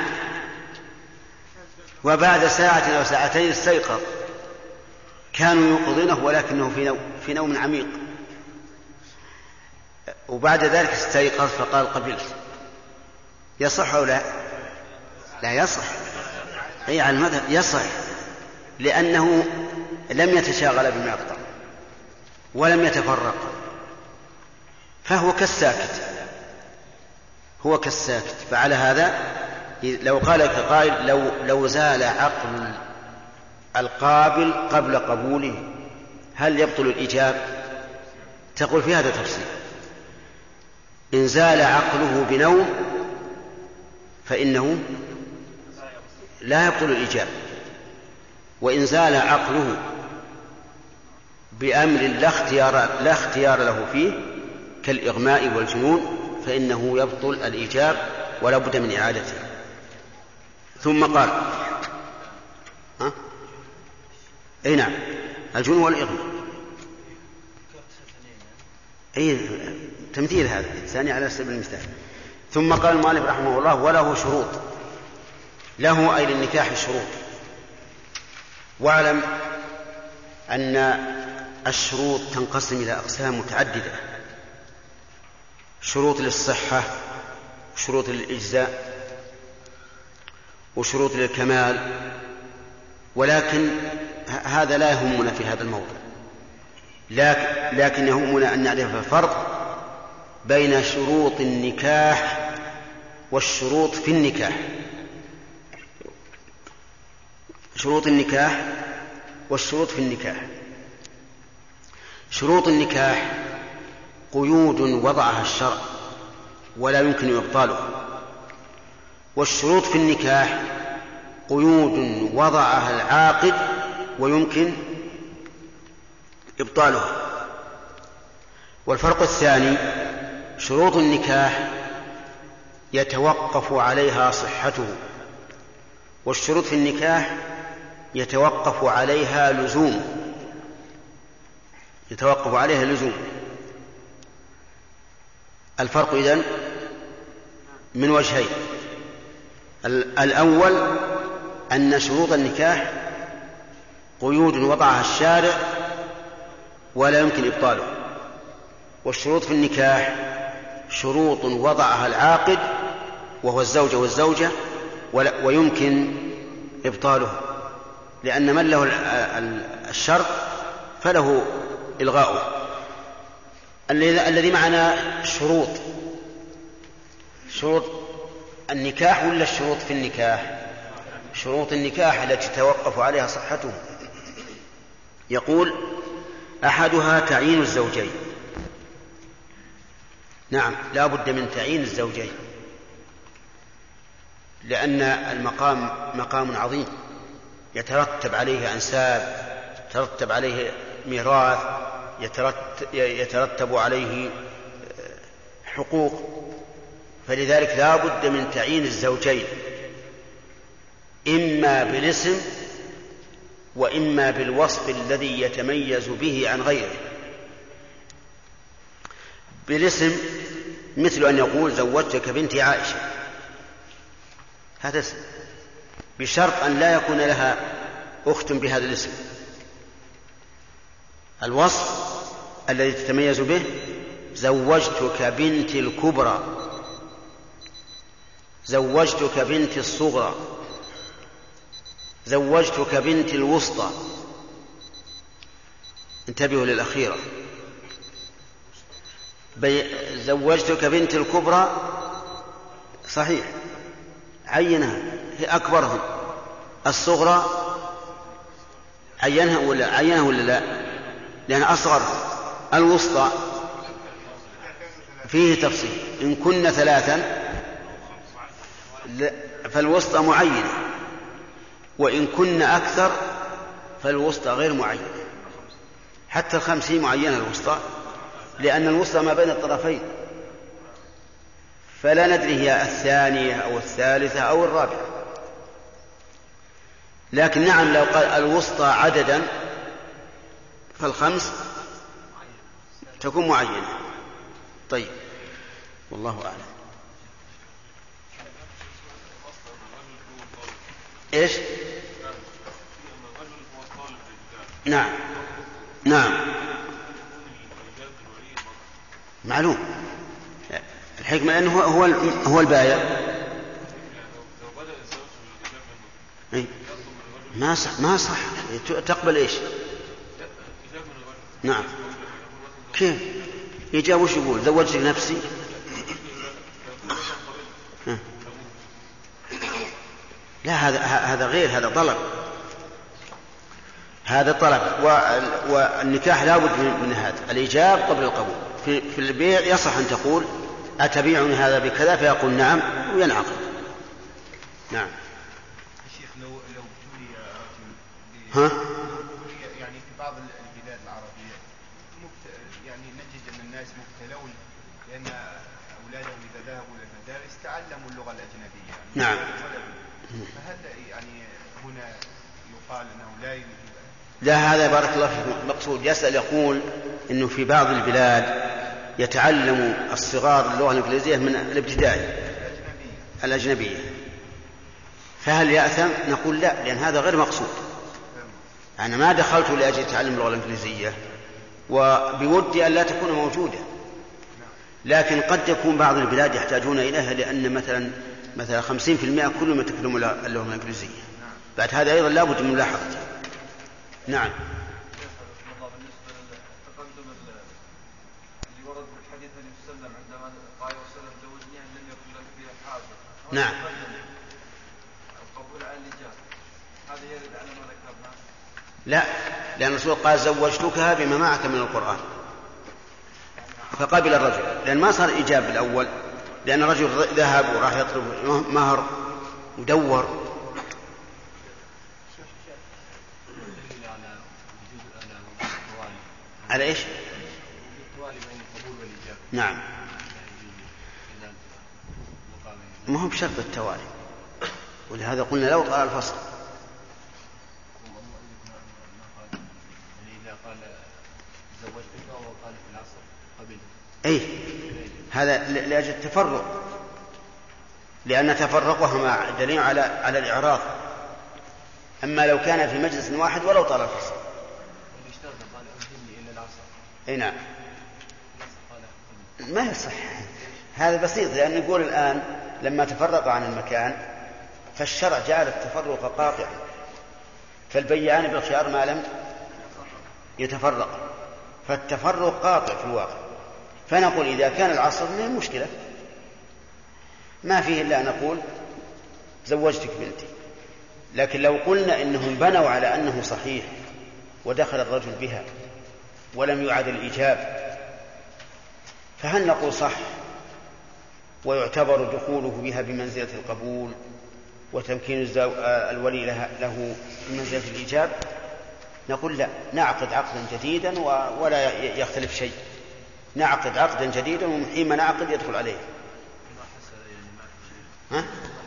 وبعد ساعة أو ساعتين استيقظ، كانوا يوقظونه ولكنه في نوم, في نوم عميق، وبعد ذلك استيقظ فقال قبلت. يصح أو لا؟ لا يصح. أي على المذهب يصح. لأنه لم يتشاغل بما يقطع ولم يتفرق، فهو كالساكت، هو كالساكت. فعلى هذا لو قال لك قائل لو, لو زال عقل القابل قبل قبوله هل يبطل الإيجاب؟ تقول في هذا تفصيل. إن زال عقله بنوم فإنه لا يبطل الإيجاب، وإن زال عقله بأمر لا اختيار, لا اختيار له فيه كالإغماء والجنون فإنه يبطل الإيجاب ولا بد من إعادته. ثم قال ها؟ أي نعم الجنون والإغماء، أي تمثيل هذا ثاني على سبيل المثال. ثم قال المؤلف رحمه الله وله شروط، له أي للنكاح شروط. واعلم أن الشروط تنقسم إلى أقسام متعددة، شروط للصحة وشروط للإجزاء وشروط للكمال، ولكن هذا لا يهمنا في هذا الموضوع، لكن يهمنا أن نعرف الفرق بين شروط النكاح والشروط في النكاح. شروط النكاح والشروط في النكاح. شروط النكاح قيود وضعها الشرع ولا يمكن إبطالها، والشروط في النكاح قيود وضعها العاقد ويمكن إبطالها. والفرق الثاني شروط النكاح يتوقف عليها صحته، والشروط في النكاح يتوقف عليها لزوم يتوقف عليها لزوم. الفرق إذن من وجهين: الأول أن شروط النكاح قيود وضعها الشارع ولا يمكن إبطاله، والشروط في النكاح شروط وضعها العاقد وهو الزوج والزوجة ويمكن إبطاله، لأن من له الشرط فله إلغاؤه. الذي معنا شروط شروط النكاح ولا الشروط في النكاح؟ شروط النكاح التي تتوقف عليها صحته. يقول أحدها تعيين الزوجين. نعم لا بد من تعيين الزوجين، لأن المقام مقام عظيم يترتب عليه أنساب، يترتب عليه ميراث، يترتب عليه حقوق، فلذلك لا بد من تعيين الزوجين إما بالاسم وإما بالوصف الذي يتميز به عن غيره. بالاسم مثل أن يقول زوجتك بنتي عائشة، هذا اسم، بشرط أن لا يكون لها أخت بهذا الاسم. الوصف الذي تتميز به زوجتك بنتي الكبرى، زوجتك بنتي الصغرى، زوجتك بنتي الوسطى. انتبهوا للأخيرة. زوجتك بنتي الكبرى صحيح عينها، هي أكبرهم. الصغرى عينها ولا عينها ولا لا؟ لأن أصغر. الوسطى فيه تفصيل، إن كنا ثلاثا فالوسطى معينة، وإن كنا أكثر فالوسطى غير معينة. حتى الخمسين معينة الوسطى، لأن الوسطى ما بين الطرفين، فلا ندري هي الثانية أو الثالثة أو الرابعة. لكن نعم لو قال الوسطى عددا فالخمس تكون معينة. طيب والله أعلم. إيش؟ نعم نعم معلوم. الحكمة أنه هو هو البايع. ما صح ما صح تقبل إيش؟ نعم. كيف يجا وش يقول؟ زوجت نفسي. ها. لا هذا هذا غير، هذا طلب، هذا طلب. والنكاح لا بد من هذا الإيجاب قبل القبول. في, في البيع يصح أن تقول أتبيعني هذا بكذا فيقول نعم وينعقد. نعم. الشيخ لو لو ابتلي ها يعني في بعض البلاد العربية يعني نجد أن الناس مبتلون لأن أولادهم إذا ذهبوا إلى المدارس تعلموا اللغة الأجنبية. نعم. فهل يعني هنا يقال أنه لا يجوز؟ لا، هذا بارك الله فيكم مقصود. يسأل يقول إنه في بعض البلاد يتعلم الصغار اللغة الإنجليزية من الابتدائي الأجنبية، فهل يأثم؟ نقول لا، لأن هذا غير مقصود. أنا ما دخلت لأجل تعلم اللغة الإنجليزية وبودي أن لا تكون موجودة، لكن قد يكون بعض البلاد يحتاجون إليها لأن مثلا مثلا خمسين في المئة كلهم يتكلمون اللغة الإنجليزية. بعد هذا أيضا لا بد من ملاحظته. نعم. بالنسبة للتقدم اللي ورد في الحديث النبي صلى الله عليه وسلم عندما قال وسلم زوجني أن لم يكن لك فيها حاجة. نعم. القبول على الإجابة هذه هي اللي على ما ذكرنا. لا، لأن الرسول قال زوجتكها بما معك من القرآن فقبل الرجل، لأن ما صار إجابة الأول، لأن الرجل ذهب وراح يطلب مهر ودور. على إيش؟ نعم. ما هو بشرط التوالي، ولهذا قلنا لو طال الفصل. أي هذا لأجل التفرق، لأن تفرقهما دليل على على الإعراض. أما لو كان في مجلس واحد ولو طال الفصل. أي نعم. ما يصح، هذا بسيط، لأن نقول الآن لما تفرق عن المكان فالشرع جعل التفرق قاطعا، فالبيعان بالخيار ما لم يتفرق، فالتفرق قاطع في الواقع. فنقول إذا كان العصر من المشكلة ما فيه إلا أن نقول زوجتك بنتي. لكن لو قلنا إنهم بنوا على أنه صحيح ودخل الرجل بها ولم يعد الإيجاب، فهل نقول صح ويعتبر دخوله بها بمنزلة القبول وتمكين الولي له بمنزلة الإيجاب؟ نقول لا، نعقد عقدا جديدا ولا يختلف شيء. نعقد عقدا جديدا وحين نعقد يدخل عليه. ها؟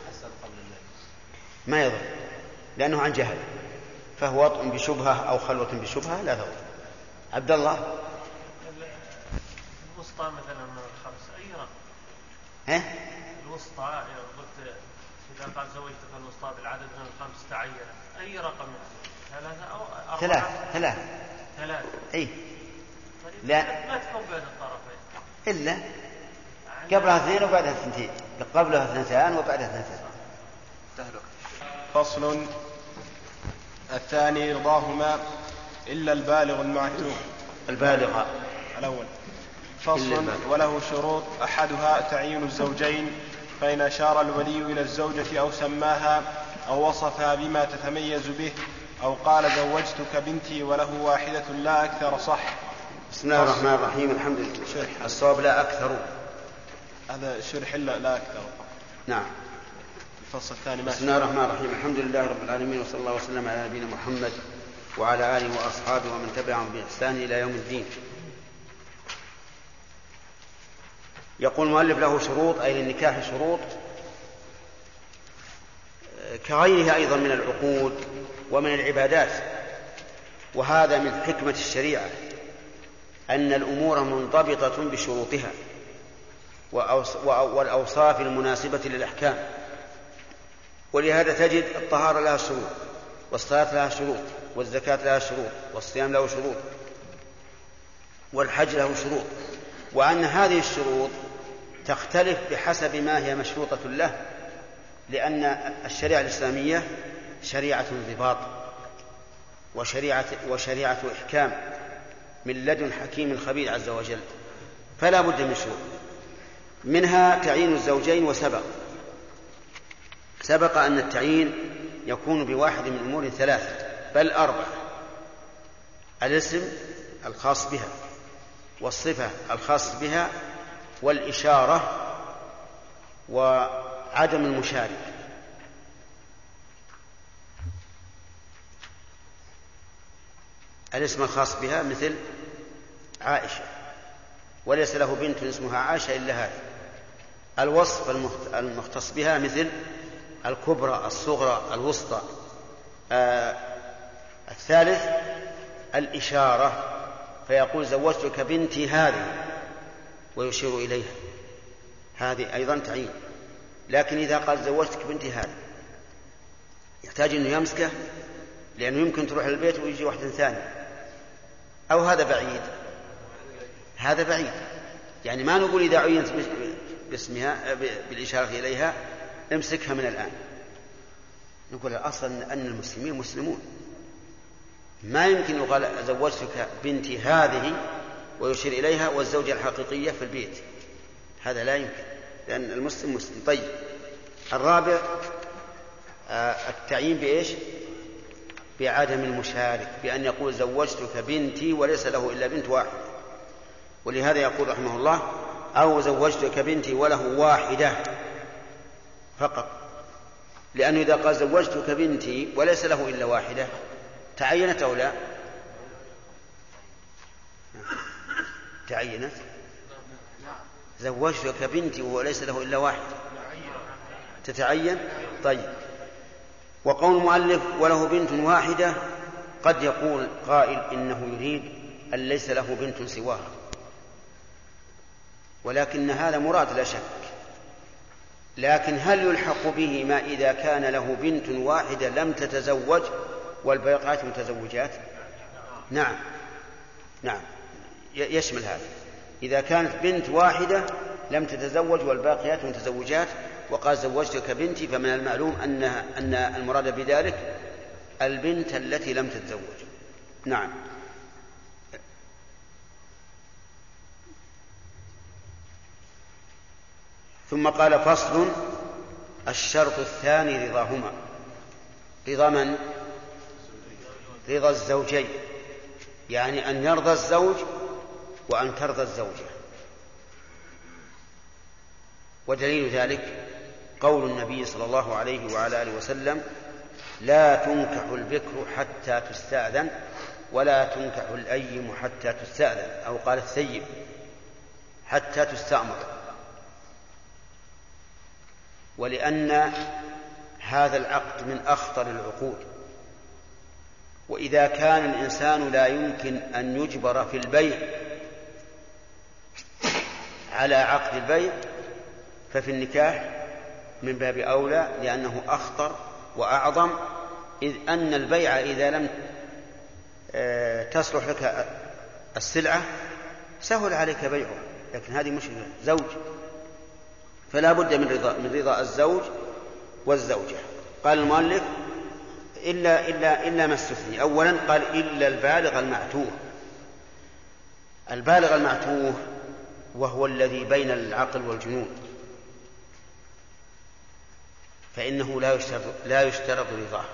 ما يضر، لأنه عن جهل، فهو وطء بشبهة أو خلوة بشبهة لا تضر. عبد الله. الوسطى مثلا من الخمس أي رقم؟ ها؟ الوسطى قلت إذا قال زوجتك الوسطى بالعدد من الخمس تعين أي رقم؟ ثلاثة أو أربعة؟ ثلاث ثلاث ثلاث. أي. لا ما تكون بين الطرفين إلا قبلها اثنين وبعدها اثنتين، قبلها اثنتان وبعدها اثنتان. فصل. الثاني رضاهما إلا البالغ المعتوه. البالغ الأول. فصل. وله شروط أحدها تعيين الزوجين، فإن أشار الولي إلى الزوجة أو سماها أو وصفها بما تتميز به أو قال زوجتك بنتي وله واحدة لا أكثر صح. بسم الله الرحمن الرحيم. الحمد لله. الصواب لا أكثر، هذا شرح لا, لا أكثر. نعم. الفصل الثاني. بسم الله الرحمن الرحيم. الحمد لله رب العالمين، وصلى الله وسلم على نبينا محمد وعلى آله وأصحابه ومن تبعهم بإحسان إلى يوم الدين. يقول المؤلف له شروط، أي للنكاح شروط كغيرها أيضا من العقود ومن العبادات. وهذا من حكمة الشريعة أن الأمور منضبطة بشروطها والأوصاف المناسبة للأحكام. ولهذا تجد الطهارة لها شروط، والصلاة لها شروط، والزكاة لها شروط، والصيام له شروط، والحج له شروط. وأن هذه الشروط تختلف بحسب ما هي مشروطة له، لأن الشريعة الإسلامية شريعة انضباط وشريعة, وشريعة إحكام من لدن حكيم خبير عز وجل، فلا بد من شروط. منها تعيين الزوجين، وسبق سبق أن التعيين يكون بواحد من أمور ثلاثة بل أربعة: الاسم الخاص بها، والصفة الخاص بها، والإشارة، وعدم المشارك. الاسم الخاص بها مثل عائشة، وليس له بنت اسمها عائشة إلا هذه. الوصف المختص بها مثل الكبرى، الصغرى، الوسطى. آه الثالث الإشارة، فيقول زوجتك بنتي هذه ويشير إليها، هذه أيضا تعيين. لكن إذا قال زوجتك بنتي هذه يحتاج أنه يمسكه، لأنه يمكن تروح البيت ويجي واحد ثاني، أو هذا بعيد هذا بعيد يعني ما نقول إذا عينت باسمها بالإشارة إليها امسكها من الآن. نقول الأصل أن المسلمين مسلمون، ما يمكن يقال زوجتك بنتي هذه ويشير إليها والزوجة الحقيقية في البيت، هذا لا يمكن، لأن المسلم مسلم. طيب الرابع التعيين بإيش؟ بعدم المشارك، بأن يقول زوجتك بنتي وليس له إلا بنت واحد. ولهذا يقول رحمه الله: أو زوجتك بنتي وله واحدة فقط، لأنه إذا قال زوجتك بنتي وليس له إلا واحدة تعينت أو لا؟ تعينت. زوجتك بنتي وليس له إلا واحد تتعين. طيب وقول المؤلف وله بنت واحدة قد يقول قائل إنه يريد أن ليس له بنت سواها، ولكن هذا مراد لا شك. لكن هل يلحق به ما إذا كان له بنت واحدة لم تتزوج والباقيات متزوجات؟ نعم نعم يشمل هذا. إذا كانت بنت واحدة لم تتزوج والباقيات متزوجات وقال زوجتك بنتي، فمن المعلوم أن أن المراد بذلك البنت التي لم تتزوج. نعم. ثم قال: فصل: الشرط الثاني رضاهما. رضا من؟ رضا الزوجين، يعني أن يرضى الزوج وأن ترضى الزوجة. ودليل ذلك قول النبي صلى الله عليه وعلى آله وسلم: لا تنكح البكر حتى تستأذن ولا تنكح الأيم حتى تستأذن، أو قال الثيب حتى تستأمر. ولأن هذا العقد من أخطر العقود، وإذا كان الإنسان لا يمكن أن يجبر في البيع على عقد البيع ففي النكاح من باب أولى، لأنه أخطر وأعظم، إذ أن البيع إذا لم تصلح لك السلعة سهل عليك بيعها، لكن هذه مشكلة زوج، فلا بد من رضا من رضا الزوج والزوجة. قال المؤلف: إلا إلا إلا ما استثني. أولا قال: إلا البالغ المعتوه. البالغ المعتوه وهو الذي بين العقل والجنون، فإنه لا يشترط لا يشترط رضاه.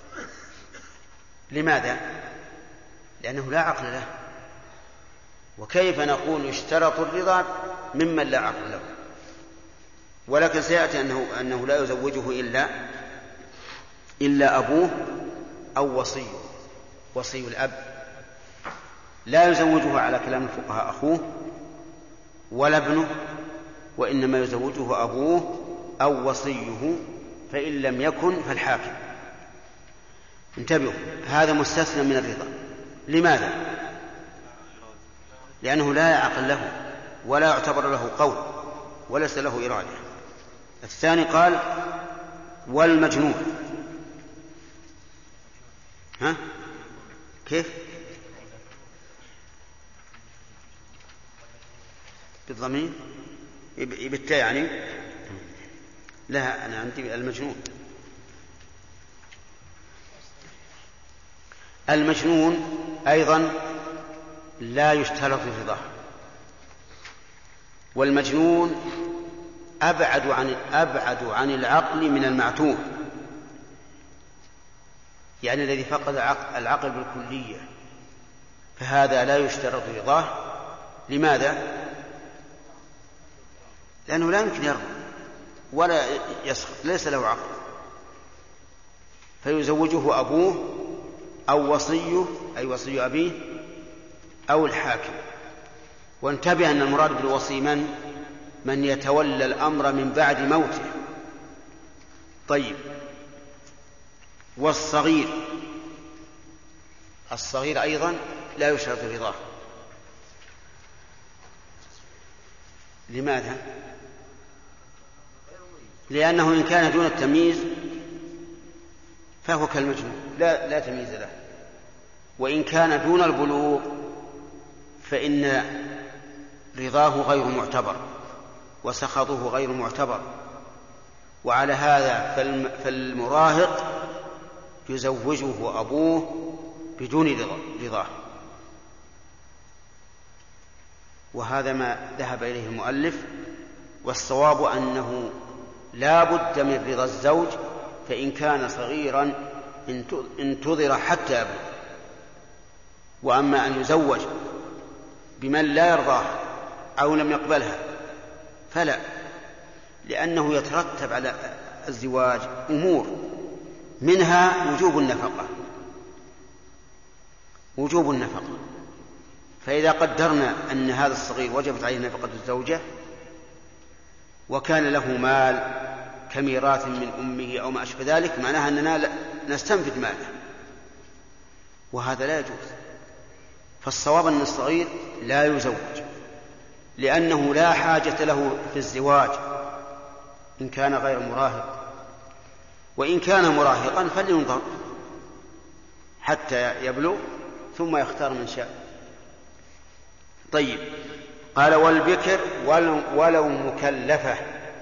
لماذا؟ لأنه لا عقل له، وكيف نقول يشترط الرضا ممن لا عقل له؟ ولكن سيأتي أنه, أنه لا يزوجه إلا إلا أبوه أو وصيه، وصي الأب لا يزوجه على كلام الفقهاء أخوه ولا ابنه، وإنما يزوجه أبوه أو وصيه، فإن لم يكن فالحاكم. انتبهوا، هذا مستثنى من الرضا. لماذا؟ لأنه لا يعقل له ولا يعتبر له قول وليس له إرادة. الثاني قال: والمجنون. ها كيف؟ بالضمير بالتاء يعني؟ لا، أنا عندي المجنون. المجنون أيضا لا يشترط رضاه، والمجنون أبعد عن أبعد عن العقل من المعتوه، يعني الذي فقد العقل بالكلية، فهذا لا يشترط رضاه. لماذا؟ لأنه لا يمكن يرضى ولا يسخط، ليس له عقل، فيزوجه أبوه أو وصيه أي وصي أبيه أو الحاكم. وانتبه أن المراد بالوصي من من يتولى الأمر من بعد موته. طيب، والصغير الصغير أيضا لا يشترط رضاه. لماذا؟ لأنه إن كان دون التمييز فهو كالمجنون لا, لا تمييز له، وإن كان دون البلوغ فإن رضاه غير معتبر وسخطه غير معتبر. وعلى هذا فالمراهق يزوجه أبوه بدون رضاه، وهذا ما ذهب إليه المؤلف. والصواب أنه لا بد من رضا الزوج، فإن كان صغيرا انتظر حتى يبلغ. وأما أن يزوج بمن لا يرضاه أو لم يقبلها فلا، لأنه يترتب على الزواج أمور، منها وجوب النفقة وجوب النفقة فإذا قدرنا أن هذا الصغير وجبت عليه نفقة الزوجة وكان له مال كميراث من أمه أو ما أشبه ذلك، معناها أننا نستنفد ماله، وهذا لا يجوز. فالصواب أن الصغير لا يزوج، لأنه لا حاجة له في الزواج إن كان غير مراهق، وإن كان مراهقا فلينظر حتى يبلغ ثم يختار من شاء. طيب، قال والبكر ولو, ولو مكلفة،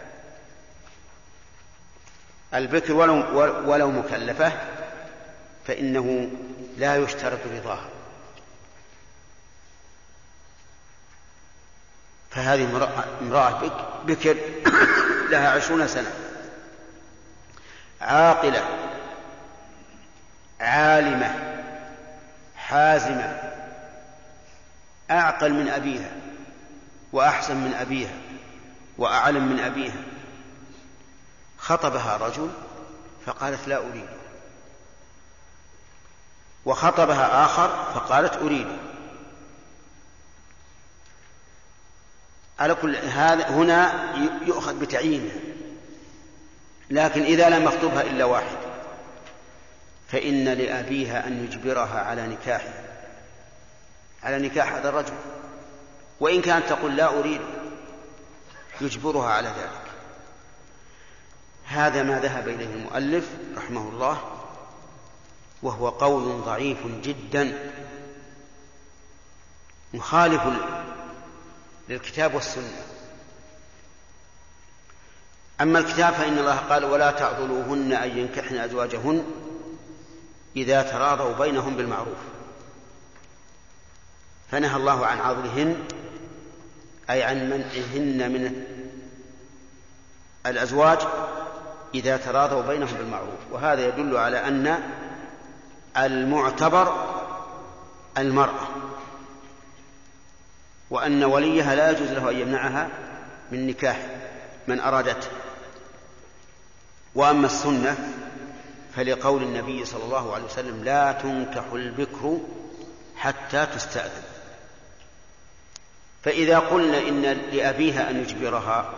البكر ولو, ولو مكلفة فإنه لا يشترط رضاها. فهذه امرأة بكر لها عشرون سنة، عاقلة عالمة حازمة، أعقل من أبيها وأحسن من أبيها وأعلم من أبيها، خطبها رجل فقالت لا أريد، وخطبها آخر فقالت أريد. على كل هذا هنا يؤخذ بتعيينها، لكن إذا لم يخطبها إلا واحد فإن لأبيها أن يجبرها على نكاحها على نكاح هذا الرجل، وإن كانت تقول لا أريد يجبرها على ذلك. هذا ما ذهب إليه المؤلف رحمه الله، وهو قول ضعيف جدا مخالف للكتاب والسنة. أما الكتاب فإن الله قال ولا تعضلوهن أن ينكحن أزواجهن إذا تراضوا بينهم بالمعروف، فنهى الله عن عضلهن أي عن منعهن من الأزواج إذا تراضوا بينهم بالمعروف. وهذا يدل على أن المعتبر المرأة، وأن وليها لا يجوز له أن يمنعها من نكاح من أرادته. وأما السنة فلقول النبي صلى الله عليه وسلم لا تنكح البكر حتى تستأذن. فإذا قلنا إن لأبيها أن يجبرها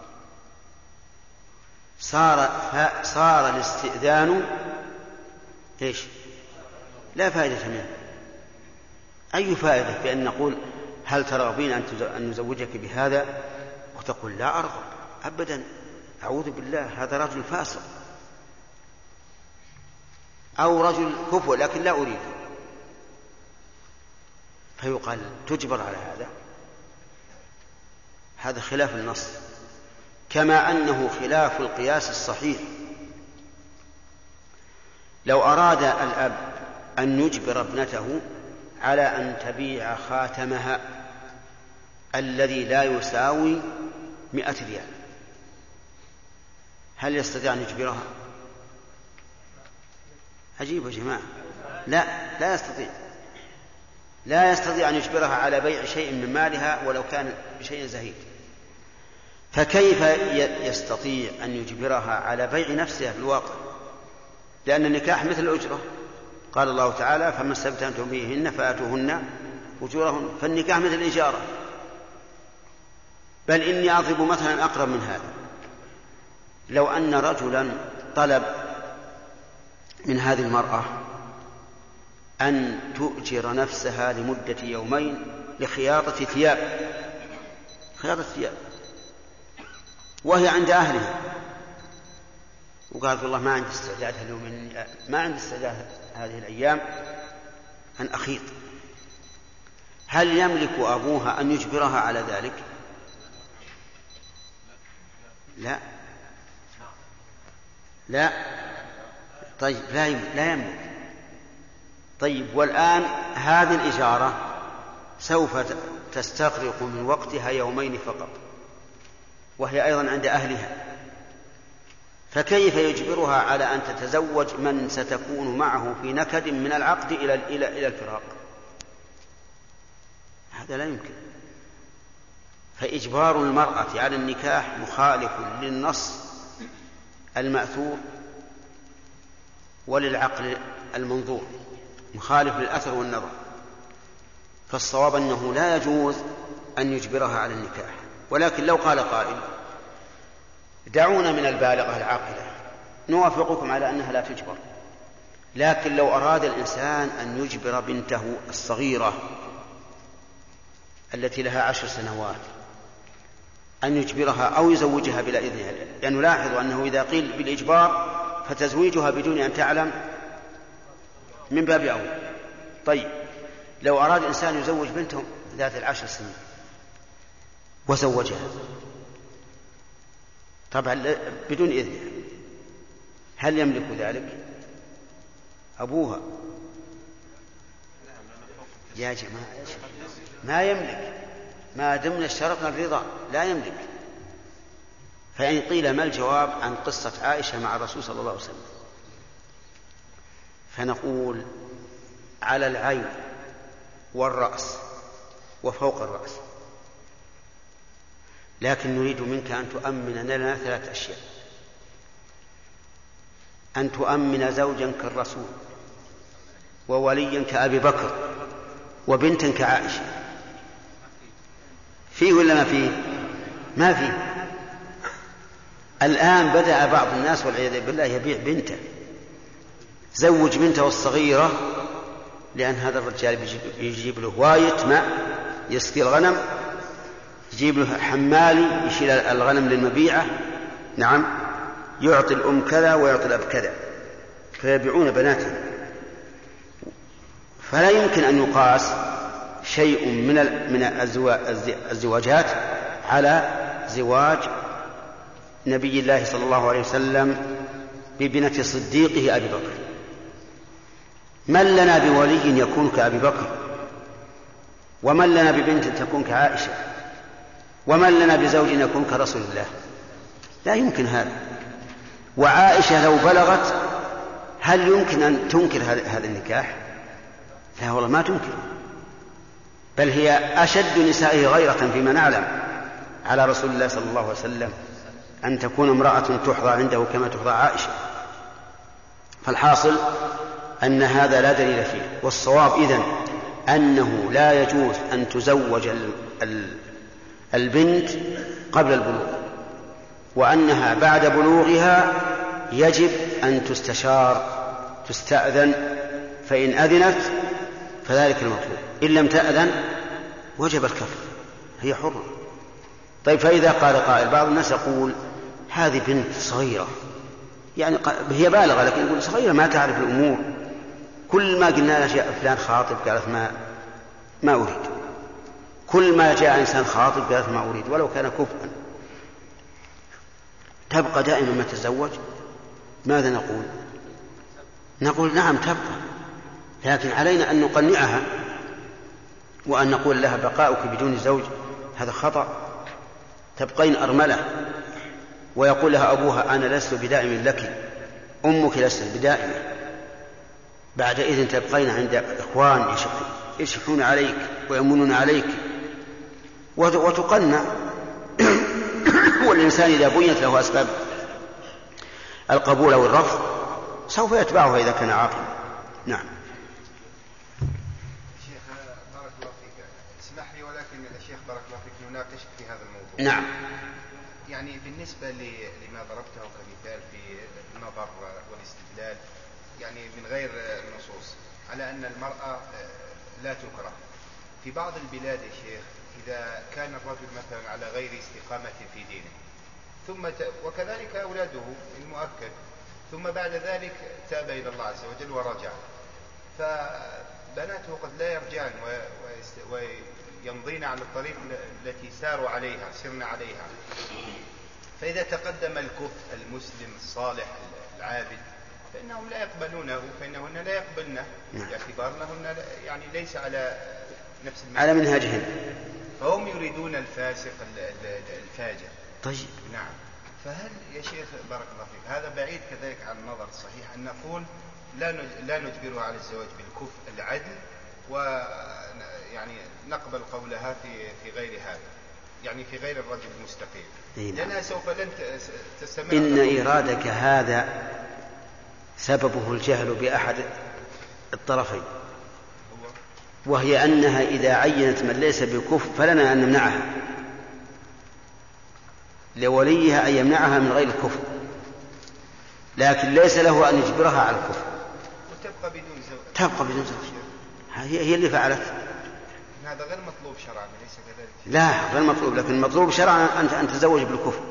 صار, صار الاستئذان إيش؟ لا فائدة منه. أي فائدة بأن نقول هل ترغبين أن نزوجك بهذا وتقول لا أرغب أبدا، أعوذ بالله، هذا رجل فاسق أو رجل كفو لكن لا أريد، فيقال تجبر على هذا. هذا خلاف النص، كما أنه خلاف القياس الصحيح. لو أراد الأب أن يجبر ابنته على أن تبيع خاتمها الذي لا يساوي مئة ريال، هل يستطيع أن يجبرها؟ عجيب يا جماعة، لا لا يستطيع لا يستطيع أن يجبرها على بيع شيء من مالها ولو كان بشيء زهيد، فكيف يستطيع أن يجبرها على بيع نفسها في الواقع؟ لأن النكاح مثل الأجرة، قال الله تعالى فما استمتعتم بهن فآتوهن أجورهن، فالنكاح مثل الإجارة. بل إني أضرب مثلا أقرب من هذا، لو أن رجلا طلب من هذه المرأة أن تؤجر نفسها لمدة يومين لخياطة ثياب خياطة ثياب وهي عند أهلها، وقالت والله ما عندي استعداد اليوم، ما عندي استعداد هذه الأيام أن أخيط، هل يملك أبوها أن يجبرها على ذلك؟ لا لا طيب لا يملك, لا يملك. طيب والآن هذه الإجارة سوف تستغرق من وقتها يومين فقط وهي أيضا عند أهلها، فكيف يجبرها على أن تتزوج من ستكون معه في نكد من العقد إلى إلى إلى الفراق؟ هذا لا يمكن. فإجبار المرأة على النكاح مخالف للنص المأثور وللعقل المنظور، مخالف للأثر والنظر، فالصواب أنه لا يجوز أن يجبرها على النكاح. ولكن لو قال قائل دعونا من البالغة العاقلة نوافقكم على أنها لا تجبر، لكن لو أراد الإنسان أن يجبر بنته الصغيرة التي لها عشر سنوات أن يجبرها أو يزوجها بلا إذنها، لأنه يعني لاحظوا أنه إذا قيل بالإجبار فتزويجها بدون أن تعلم من باب أول. طيب لو أراد الإنسان يزوج بنته ذات العشر سنين وزوجها طبعا بدون إذنها، هل يملك ذلك أبوها؟ يا جماعة ما يملك، ما دمنا اشترطنا الرضا لا يملك. فإن قيل ما الجواب عن قصة عائشة مع الرسول صلى الله عليه وسلم؟ فنقول على العين والرأس وفوق الرأس، لكن نريد منك أن تؤمن لنا ثلاث أشياء: أن تؤمن زوجا كالرسول ووليا كأبي بكر وبنتا كعائشة. فيه ولا ما فيه؟ ما فيه. الآن بدأ بعض الناس والعياذ بالله يبيع بنته، زوج بنته الصغيرة لأن هذا الرجال يجيب له واية ماء يسقي الغنم، يجيب له حمالي يشيل الغنم للمبيعة، نعم، يعطي الأم كذا ويعطي الأب كذا، فيبيعون بناتهم. فلا يمكن أن يقاس شيء من من الزواجات على زواج نبي الله صلى الله عليه وسلم ببنة صديقه أبي بكر. من لنا بولي يكون كأبي بكر، ومن لنا ببنت تكون كعائشة، ومن لنا بزوج يكون كرسول الله؟ لا يمكن هذا. وعائشة لو بلغت هل يمكن أن تنكر هذا النكاح؟ لا والله ما تنكر، بل هي أشد نسائه غيرة فيما نعلم على رسول الله صلى الله عليه وسلم أن تكون امرأة تحظى عنده كما تحظى عائشة. فالحاصل أن هذا لا دليل فيه، والصواب إذن أنه لا يجوز أن تزوج البنت قبل البلوغ، وأنها بعد بلوغها يجب أن تستشار تستأذن، فإن أذنت فذلك المطلوب، إن لم تأذن وجب الكفر، هي حرة. طيب فإذا قال قائل، بعض الناس يقول هذه بنت صغيرة، يعني هي بالغة لكن يقول صغيرة ما تعرف الأمور، كل ما قلنا لها جاء فلان خاطب قالت ما ما أريد، كل ما جاء إنسان خاطب قالت ما أريد ولو كان كفءا، تبقى دائما ما تزوج. ماذا نقول؟ نقول نعم تبقى، لكن علينا أن نقنعها وأن نقول لها بقاؤك بدون زوج هذا خطأ، تبقين أرملة. ويقول لها أبوها أنا لست بدائم لك، أمك لست بدائمة، بعد إذن تبقين عند إخوان يشحون عليك ويمنون عليك وتقنع. والإنسان إذا بينت له أسباب القبول أو الرفض سوف يتبعها إذا كان عاقلا. نعم. شيخ بارك الله فيك، اسمح لي ولكن الشيخ بارك الله فيك نناقشك في هذا الموضوع. نعم. يعني بالنسبة لما ضربته كمثال في النظر والاستدلال يعني من غير النصوص على أن المرأة لا تكره في بعض البلاد يا شيخ، إذا كان الرجل مثلا على غير استقامة في دينه ثم ت... وكذلك أولاده المؤكد، ثم بعد ذلك تاب إلى الله عز وجل ورجع، فبناته قد لا يرجعن و... و... ويمضين على الطريق التي ساروا عليها سرنا عليها. فإذا تقدم الكفء المسلم الصالح العابد فإنهم لا يقبلونه، فإنهن لا يقبلنه باعتبار أنهن يعني ليس على نفس المنهج على منهجهم، فهم يريدون الفاسق الفاجر. طيب. نعم. فهل يا شيخ بارك الله فيك هذا بعيد كذلك عن النظر الصحيح أن نقول لا لا نجبرها على الزواج بالكفء العدل ويعني نقبل قولها في في غير هذا، يعني في غير الرجل المستقيم، لأنها سوف لن تستمر. إن إرادك هذا سببه الجهل بأحد الطرفين، وهي أنها إذا عينت من ليس بكفء فلنا أن نمنعها، لوليها أن يمنعها من غير الكفء، لكن ليس له أن يجبرها على الكفء وتبقى بدون زوج. تبقى بدون زوج، هي هي اللي فعلت. هذا غير مطلوب شرعا ليس كذلك؟ لا غير مطلوب، لكن المطلوب شرعا أنت أن تتزوج بالكفء،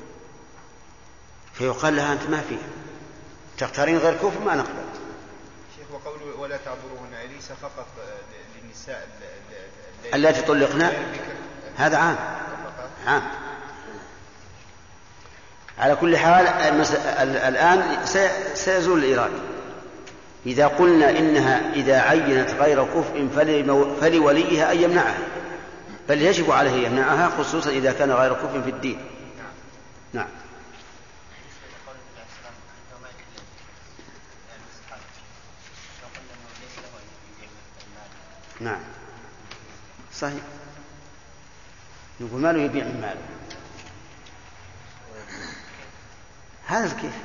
فيقال لها أنت ما فيه تختارين غير كفء ما نقبل. شيخ وقوله ولا تعذروهن أليس فقط للنساء التي طلقنا؟ هذا عام عام. على كل حال الآن سيزول الإرادة. إذا قلنا إنها إذا عينت غير كفء فلوليها أن يمنعها، بل يجب عليه يمنعها خصوصا إذا كان غير كفء في الدين. نعم. نعم صحيح، يقول ماله يبيع من ماله، هذا كيف؟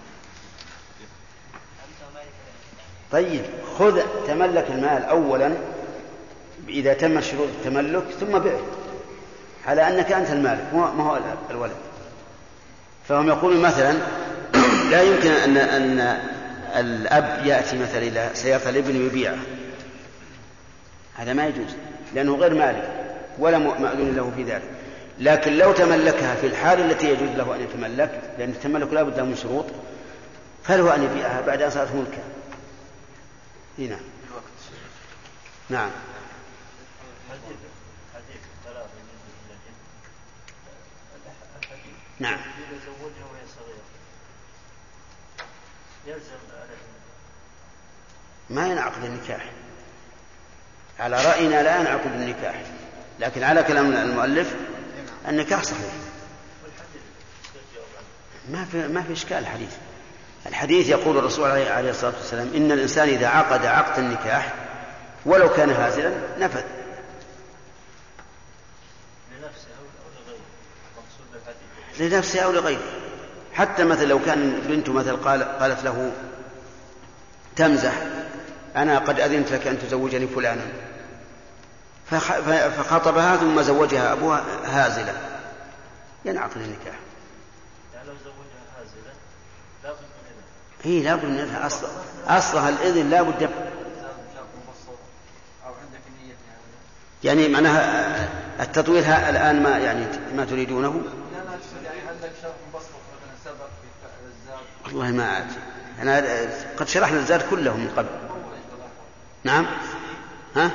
طيب خذ تملك المال أولا إذا تم شروط التملك ثم بيعه على أنك أنت المالك ما هو الولد. فهم يقولون مثلا لا يمكن أن, أن الأب يأتي مثلا إلى سيارة الابن ويبيعه، هذا ما يجوز لأنه غير مالك ولا مأذون له في ذلك. لكن لو تملكها في الحال التي يجوز له أن يتملك، لأن التملك لا بد من شروط، فله أن يبيعها بعد أن صارت ملكا. هنا نعم. نعم. ما ينعقد النكاح على رأينا، لا ينعقد النكاح، لكن على كلام المؤلف النكاح صحيح. ما في ما في إشكال. الحديث الحديث يقول الرسول عليه الصلاة والسلام إن الإنسان إذا عقد عقد النكاح ولو كان هازلا نفذ. لنفسه أو لغيره. حتى مثل لو كان بنته مثل قال قالت له تمزح أنا قد أذنت لك أن تزوجني فلانا، فخطبها ثم زوجها أبوها هازلا، ينعقد النكاح. يعني لو زوجها هازلا لا بد من إذن. هي لا بد من إذن، أصل أصلها الإذن لا بد. يعني معناها التطويل الآن ما يعني ما تريدونه. والله ما أدري، أنا قد شرحنا الزاد كله من قبل. نعم. ها؟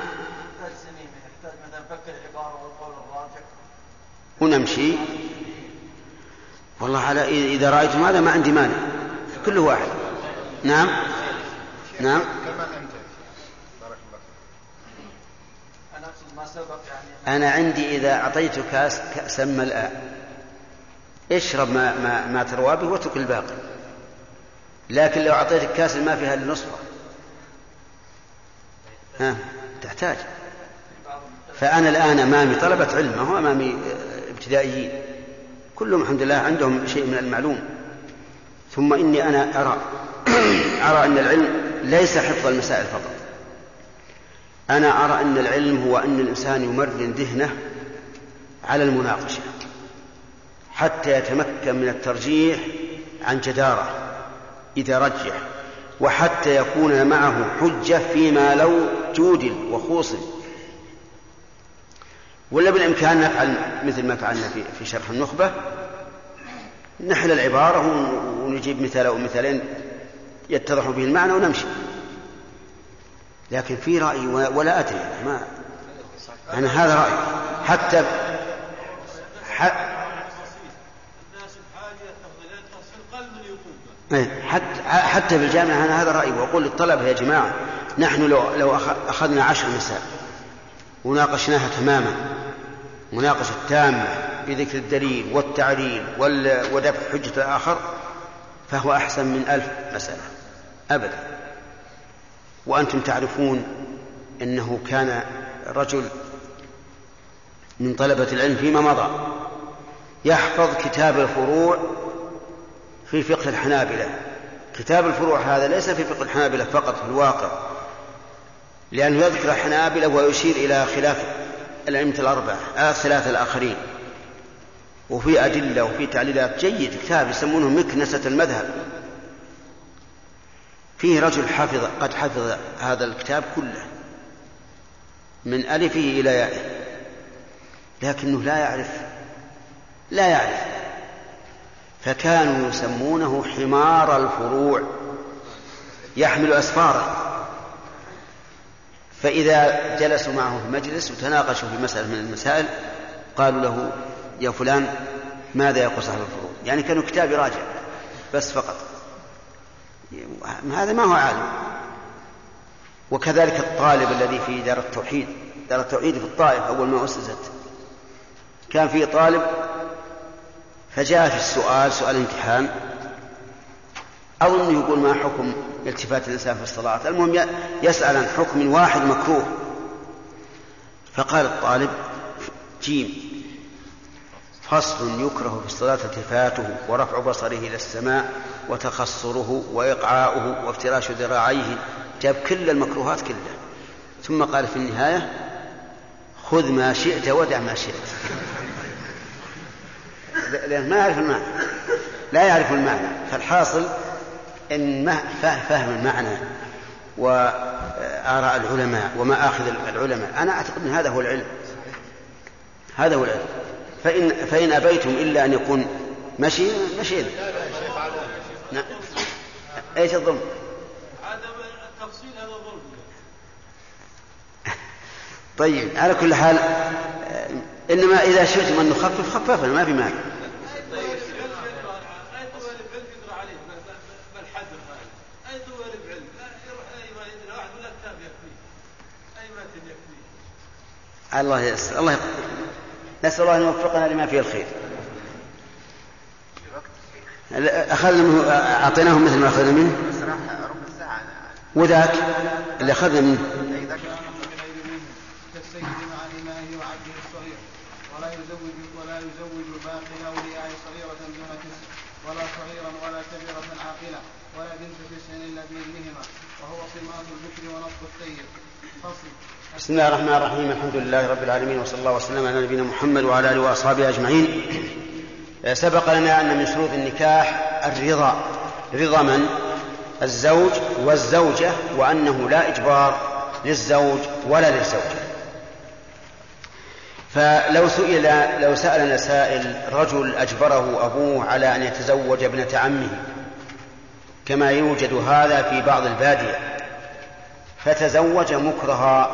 ونمشي. والله على إذا رأيتم هذا ما عندي مانع، كل واحد. نعم. نعم. أنا عندي إذا أعطيت كاس كأسا ملأ اشرب ما, ما, ما تروى به واترك الباقي، لكن لو أعطيتك كاس ما فيها إلا نصفه ها تحتاج. فأنا الآن أمامي طلبة علم، هو أمامي ابتدائيين كلهم الحمد لله عندهم شيء من المعلوم. ثم إني أنا أرى أرى أن العلم ليس حفظ المسائل فقط، أنا أرى أن العلم هو أن الإنسان يمرن ذهنه على المناقشة حتى يتمكن من الترجيح عن جدارة إذا رجح، وحتى يكون معه حجة فيما لو جودل وخوصل. ولا بالإمكان نفعل مثل ما فعلنا في, في شرح النخبة، نحل العبارة ونجيب مثال أو مثالين يتضح به المعنى ونمشي. لكن في رأي ولا أدري ما أنا هذا رأي حتى حتى حتى بالجامعة أنا هذا رأيي، وأقول للطلبة يا جماعة نحن لو لو أخذنا عشر مسائل وناقشناها تماما مناقشة تامة بذكر الدليل والتعليل ودفع حجة الآخر فهو أحسن من ألف مسألة أبدا. وأنتم تعرفون أنه كان رجل من طلبة العلم فيما مضى يحفظ كتاب الفروع في فقه الحنابلة. كتاب الفروع هذا ليس في فقه الحنابلة فقط في الواقع، لأنه يذكر الحنابلة ويشير إلى خلاف الأئمة الأربعة الثلاثة الآخرين، وفي أدلة وفي تعليلات. جيد، كتاب يسمونه مكنسة المذهب. فيه رجل حفظ قد حفظ هذا الكتاب كله من ألفه إلى يائه، لكنه لا يعرف لا يعرف فكانوا يسمونه حمار الفروع، يحمل أسفارا. فإذا جلسوا معه في مجلس وتناقشوا في مسألة من المسائل قالوا له يا فلان ماذا يقول صاحب الفروع؟ يعني كانوا كتاب راجع بس فقط، هذا ما هو عالم. وكذلك الطالب الذي في دار التوحيد، دار التوحيد في الطائف أول ما أسست كان فيه طالب فجاء في السؤال سؤال امتحان أظن يقول ما حكم التفات الإنسان في الصلاة، المهم يسأل عن حكم واحد مكروه. فقال الطالب جيم فصل يكره في الصلاة التفاته ورفع بصره إلى السماء وتخصره وإقعاؤه وافتراش ذراعيه، جاب كل المكروهات كلها، ثم قال في النهاية خذ ما شئت ودع ما شئت. لأن ما يعرف المعنى، لا يعرف المعنى. فالحاصل إن فهم المعنى وآراء العلماء ومآخذ العلماء، أنا أعتقد أن هذا هو العلم، هذا هو العلم. فإن, فإن أبيتم إلا أن يكون مشي مشينا. نعم. أيش الظلم؟ هذا التفصيل هذا ظلم. طيب على كل حال إنما إذا شئتم أن نخفف خففنا ما في مانع. الله يسر. الله يقول. نسأل الله أن يوفقنا لما فيه الخير. أخذنا منه أعطيناهم مثل ما أخذنا منه وذاك اللي أخذنا منه كالسيد مع إمامه وعبده الصغير، ولا يزوج ولا يزوج باقي أولياء صغيرة دون تسع، ولا صغيرا ولا كبيرة عاقلة، ولا بنت تسع إلا بإذنهما، وهو صمات البكر ونصب الثيب. فصل. بسم الله الرحمن الرحيم. الحمد لله رب العالمين، وصلى الله وسلم على نبينا محمد وعلى آله وأصحابه أجمعين. سبق لنا أن من شروط النكاح الرضا. رضا من؟ الزوج والزوجة، وأنه لا إجبار للزوج ولا للزوجة. فلو سئل لو سألنا سائل رجل أجبره أبوه على أن يتزوج ابنة عمه كما يوجد هذا في بعض البادية، فتزوج مكرها،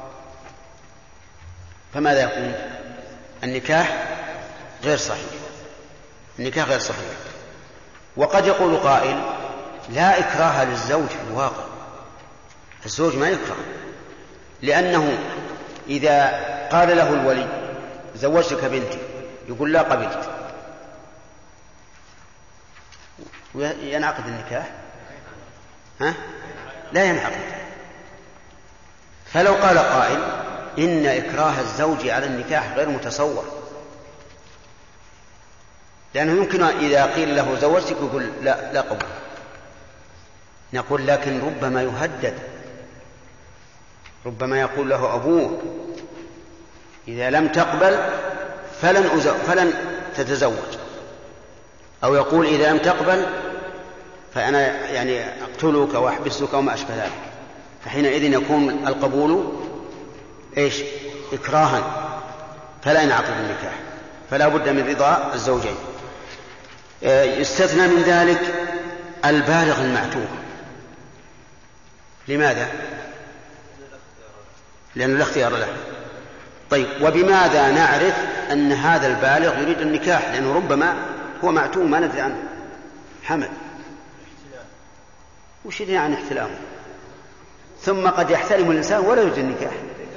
فماذا يكون؟ النكاح غير صحيح، النكاح غير صحيح. وقد يقول قائل لا إكراه للزوج في الواقع، الزوج ما يكره، لأنه إذا قال له الولي زوجتك بنتي، يقول لا قبلت، ينعقد النكاح؟ ها؟ لا ينعقد. فلو قال قائل إن إكراه الزوج على النكاح غير متصور، لأنه يمكن إذا قيل له زوجتك يقول لا لا قبل، نقول لكن ربما يهدد، ربما يقول له أبوه إذا لم تقبل فلن, فلن تتزوج، أو يقول إذا لم تقبل فأنا يعني أقتلك وأحبسك وما أشبه ذلك، فحينئذ يكون القبول إيش؟ إكراها، فلا ينعقد النكاح، فلا بد من رضا الزوجين. يستثنى من ذلك البالغ المعتوه. لماذا؟ لأن لا اختيار له. طيب، وبماذا نعرف أن هذا البالغ يريد النكاح؟ لأنه ربما هو معتوه ما ندري عنه، حمل، وش يدري عن احتلامه؟ ثم قد يحتلم الإنسان ولا يريد النكاح،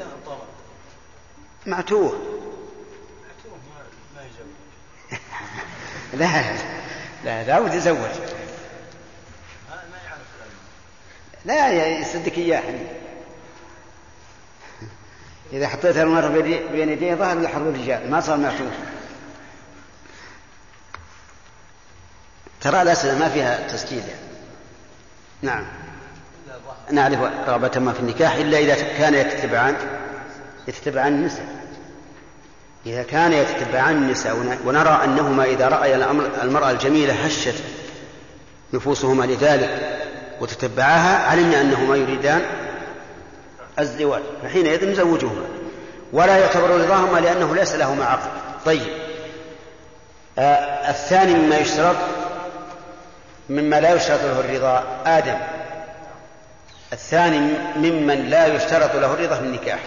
معتوه. لا لا لا يتزوج، لا يصدق إياه. إذا حطيتها المرة بين يديه ظهر لحرب الرجال، ما صار معتوه. ترى الأسئلة ما فيها تسجيل يعني. نعم، نعرف رغبة ما في النكاح إلا إذا كان يتتبعان يتتبعان النساء. إذا كان يتتبعان النساء ونرى أنهما إذا رأي المرأة الجميلة هشت نفوسهما لذلك وتتبعاها، علمنا أنهما يريدان الزواج، فحينئذ نزوجهما ولا يعتبر رضاهما لأنه ليس لهما عقد. طيب، آه الثاني مما يشترط مما لا يشترط له الرضا آدم. الثاني ممن لا يشترط له الرضا في النكاح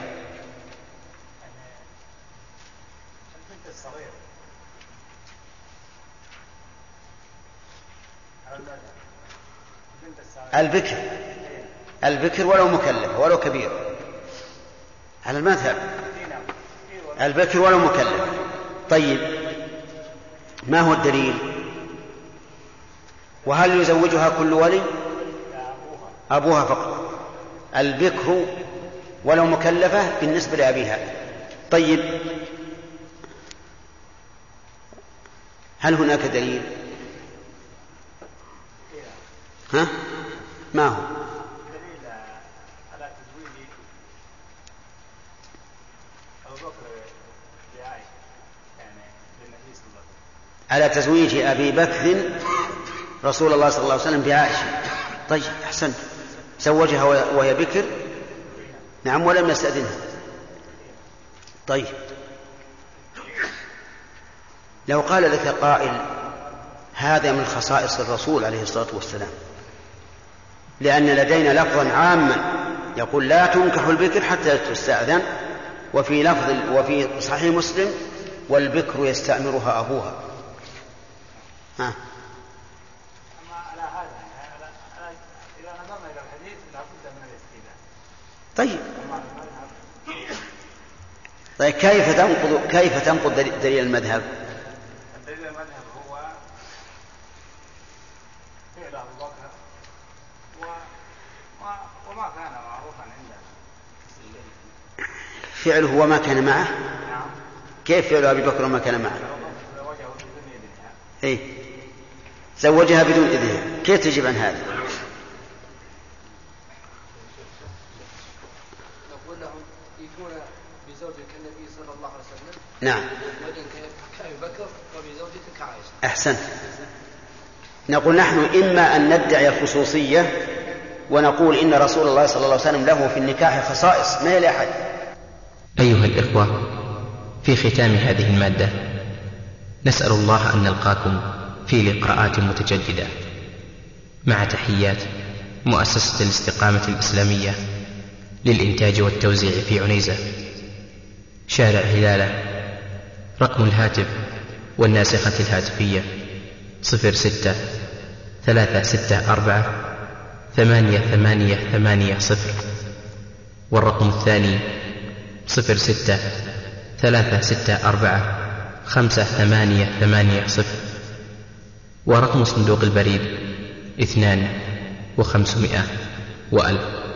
البكر، البكر ولو مكلف ولو كبير على المذهب، البكر ولو مكلف. طيب، ما هو الدليل؟ وهل يزوجها كل ولي؟ أبوها فقط، البكر ولو مكلفة بالنسبة لأبيها. طيب، هل هناك دليل؟ ها؟ ما هو؟ على تزويج أبي بكر رسول الله صلى الله عليه وسلم بعائشة. طيب، أحسنت، زوجها وهي بكر، نعم، ولم يستأذنها. طيب، لو قال لك قائل هذا من خصائص الرسول عليه الصلاة والسلام، لأن لدينا لفظا عاما يقول لا تنكح البكر حتى تستأذن، وفي لفظ وفي صحيح مسلم والبكر يستأمرها أبوها. ها. طيب، طيب كيف تنقض كيف تنقض دليل المذهب؟ دليل المذهب هو فعل أبو بكر وما كان معروفا عندنا. فعله وما كان معه؟ كيف فعل أبي بكر وما كان معه؟ إيه، زوجها بدون إذنها. كيف تجيب عن هذا؟ نقول لهم يكون بزوجك النبي صلى الله عليه وسلم. نعم. كأبي بكر وبزوجتك عائشة. أحسنت. نقول نحن إما أن ندعي الخصوصية ونقول إن رسول الله صلى الله عليه وسلم له في النكاح خصائص ما لأحد. أيها الإخوة، في ختام هذه المادة نسأل الله أن نلقاكم في لقاءات متجددة، مع تحيات مؤسسة الاستقامة الإسلامية للإنتاج والتوزيع في عنيزة، شارع هلالة. رقم الهاتف والناسخة الهاتفية صفر ستة ثلاثة ستة أربعة ثمانية ثمانية ثمانية صفر، والرقم الثاني صفر ستة ثلاثة ستة أربعة خمسة ثمانية ثمانية صفر، ورقم صندوق البريد اثنان وخمسمائة وألف.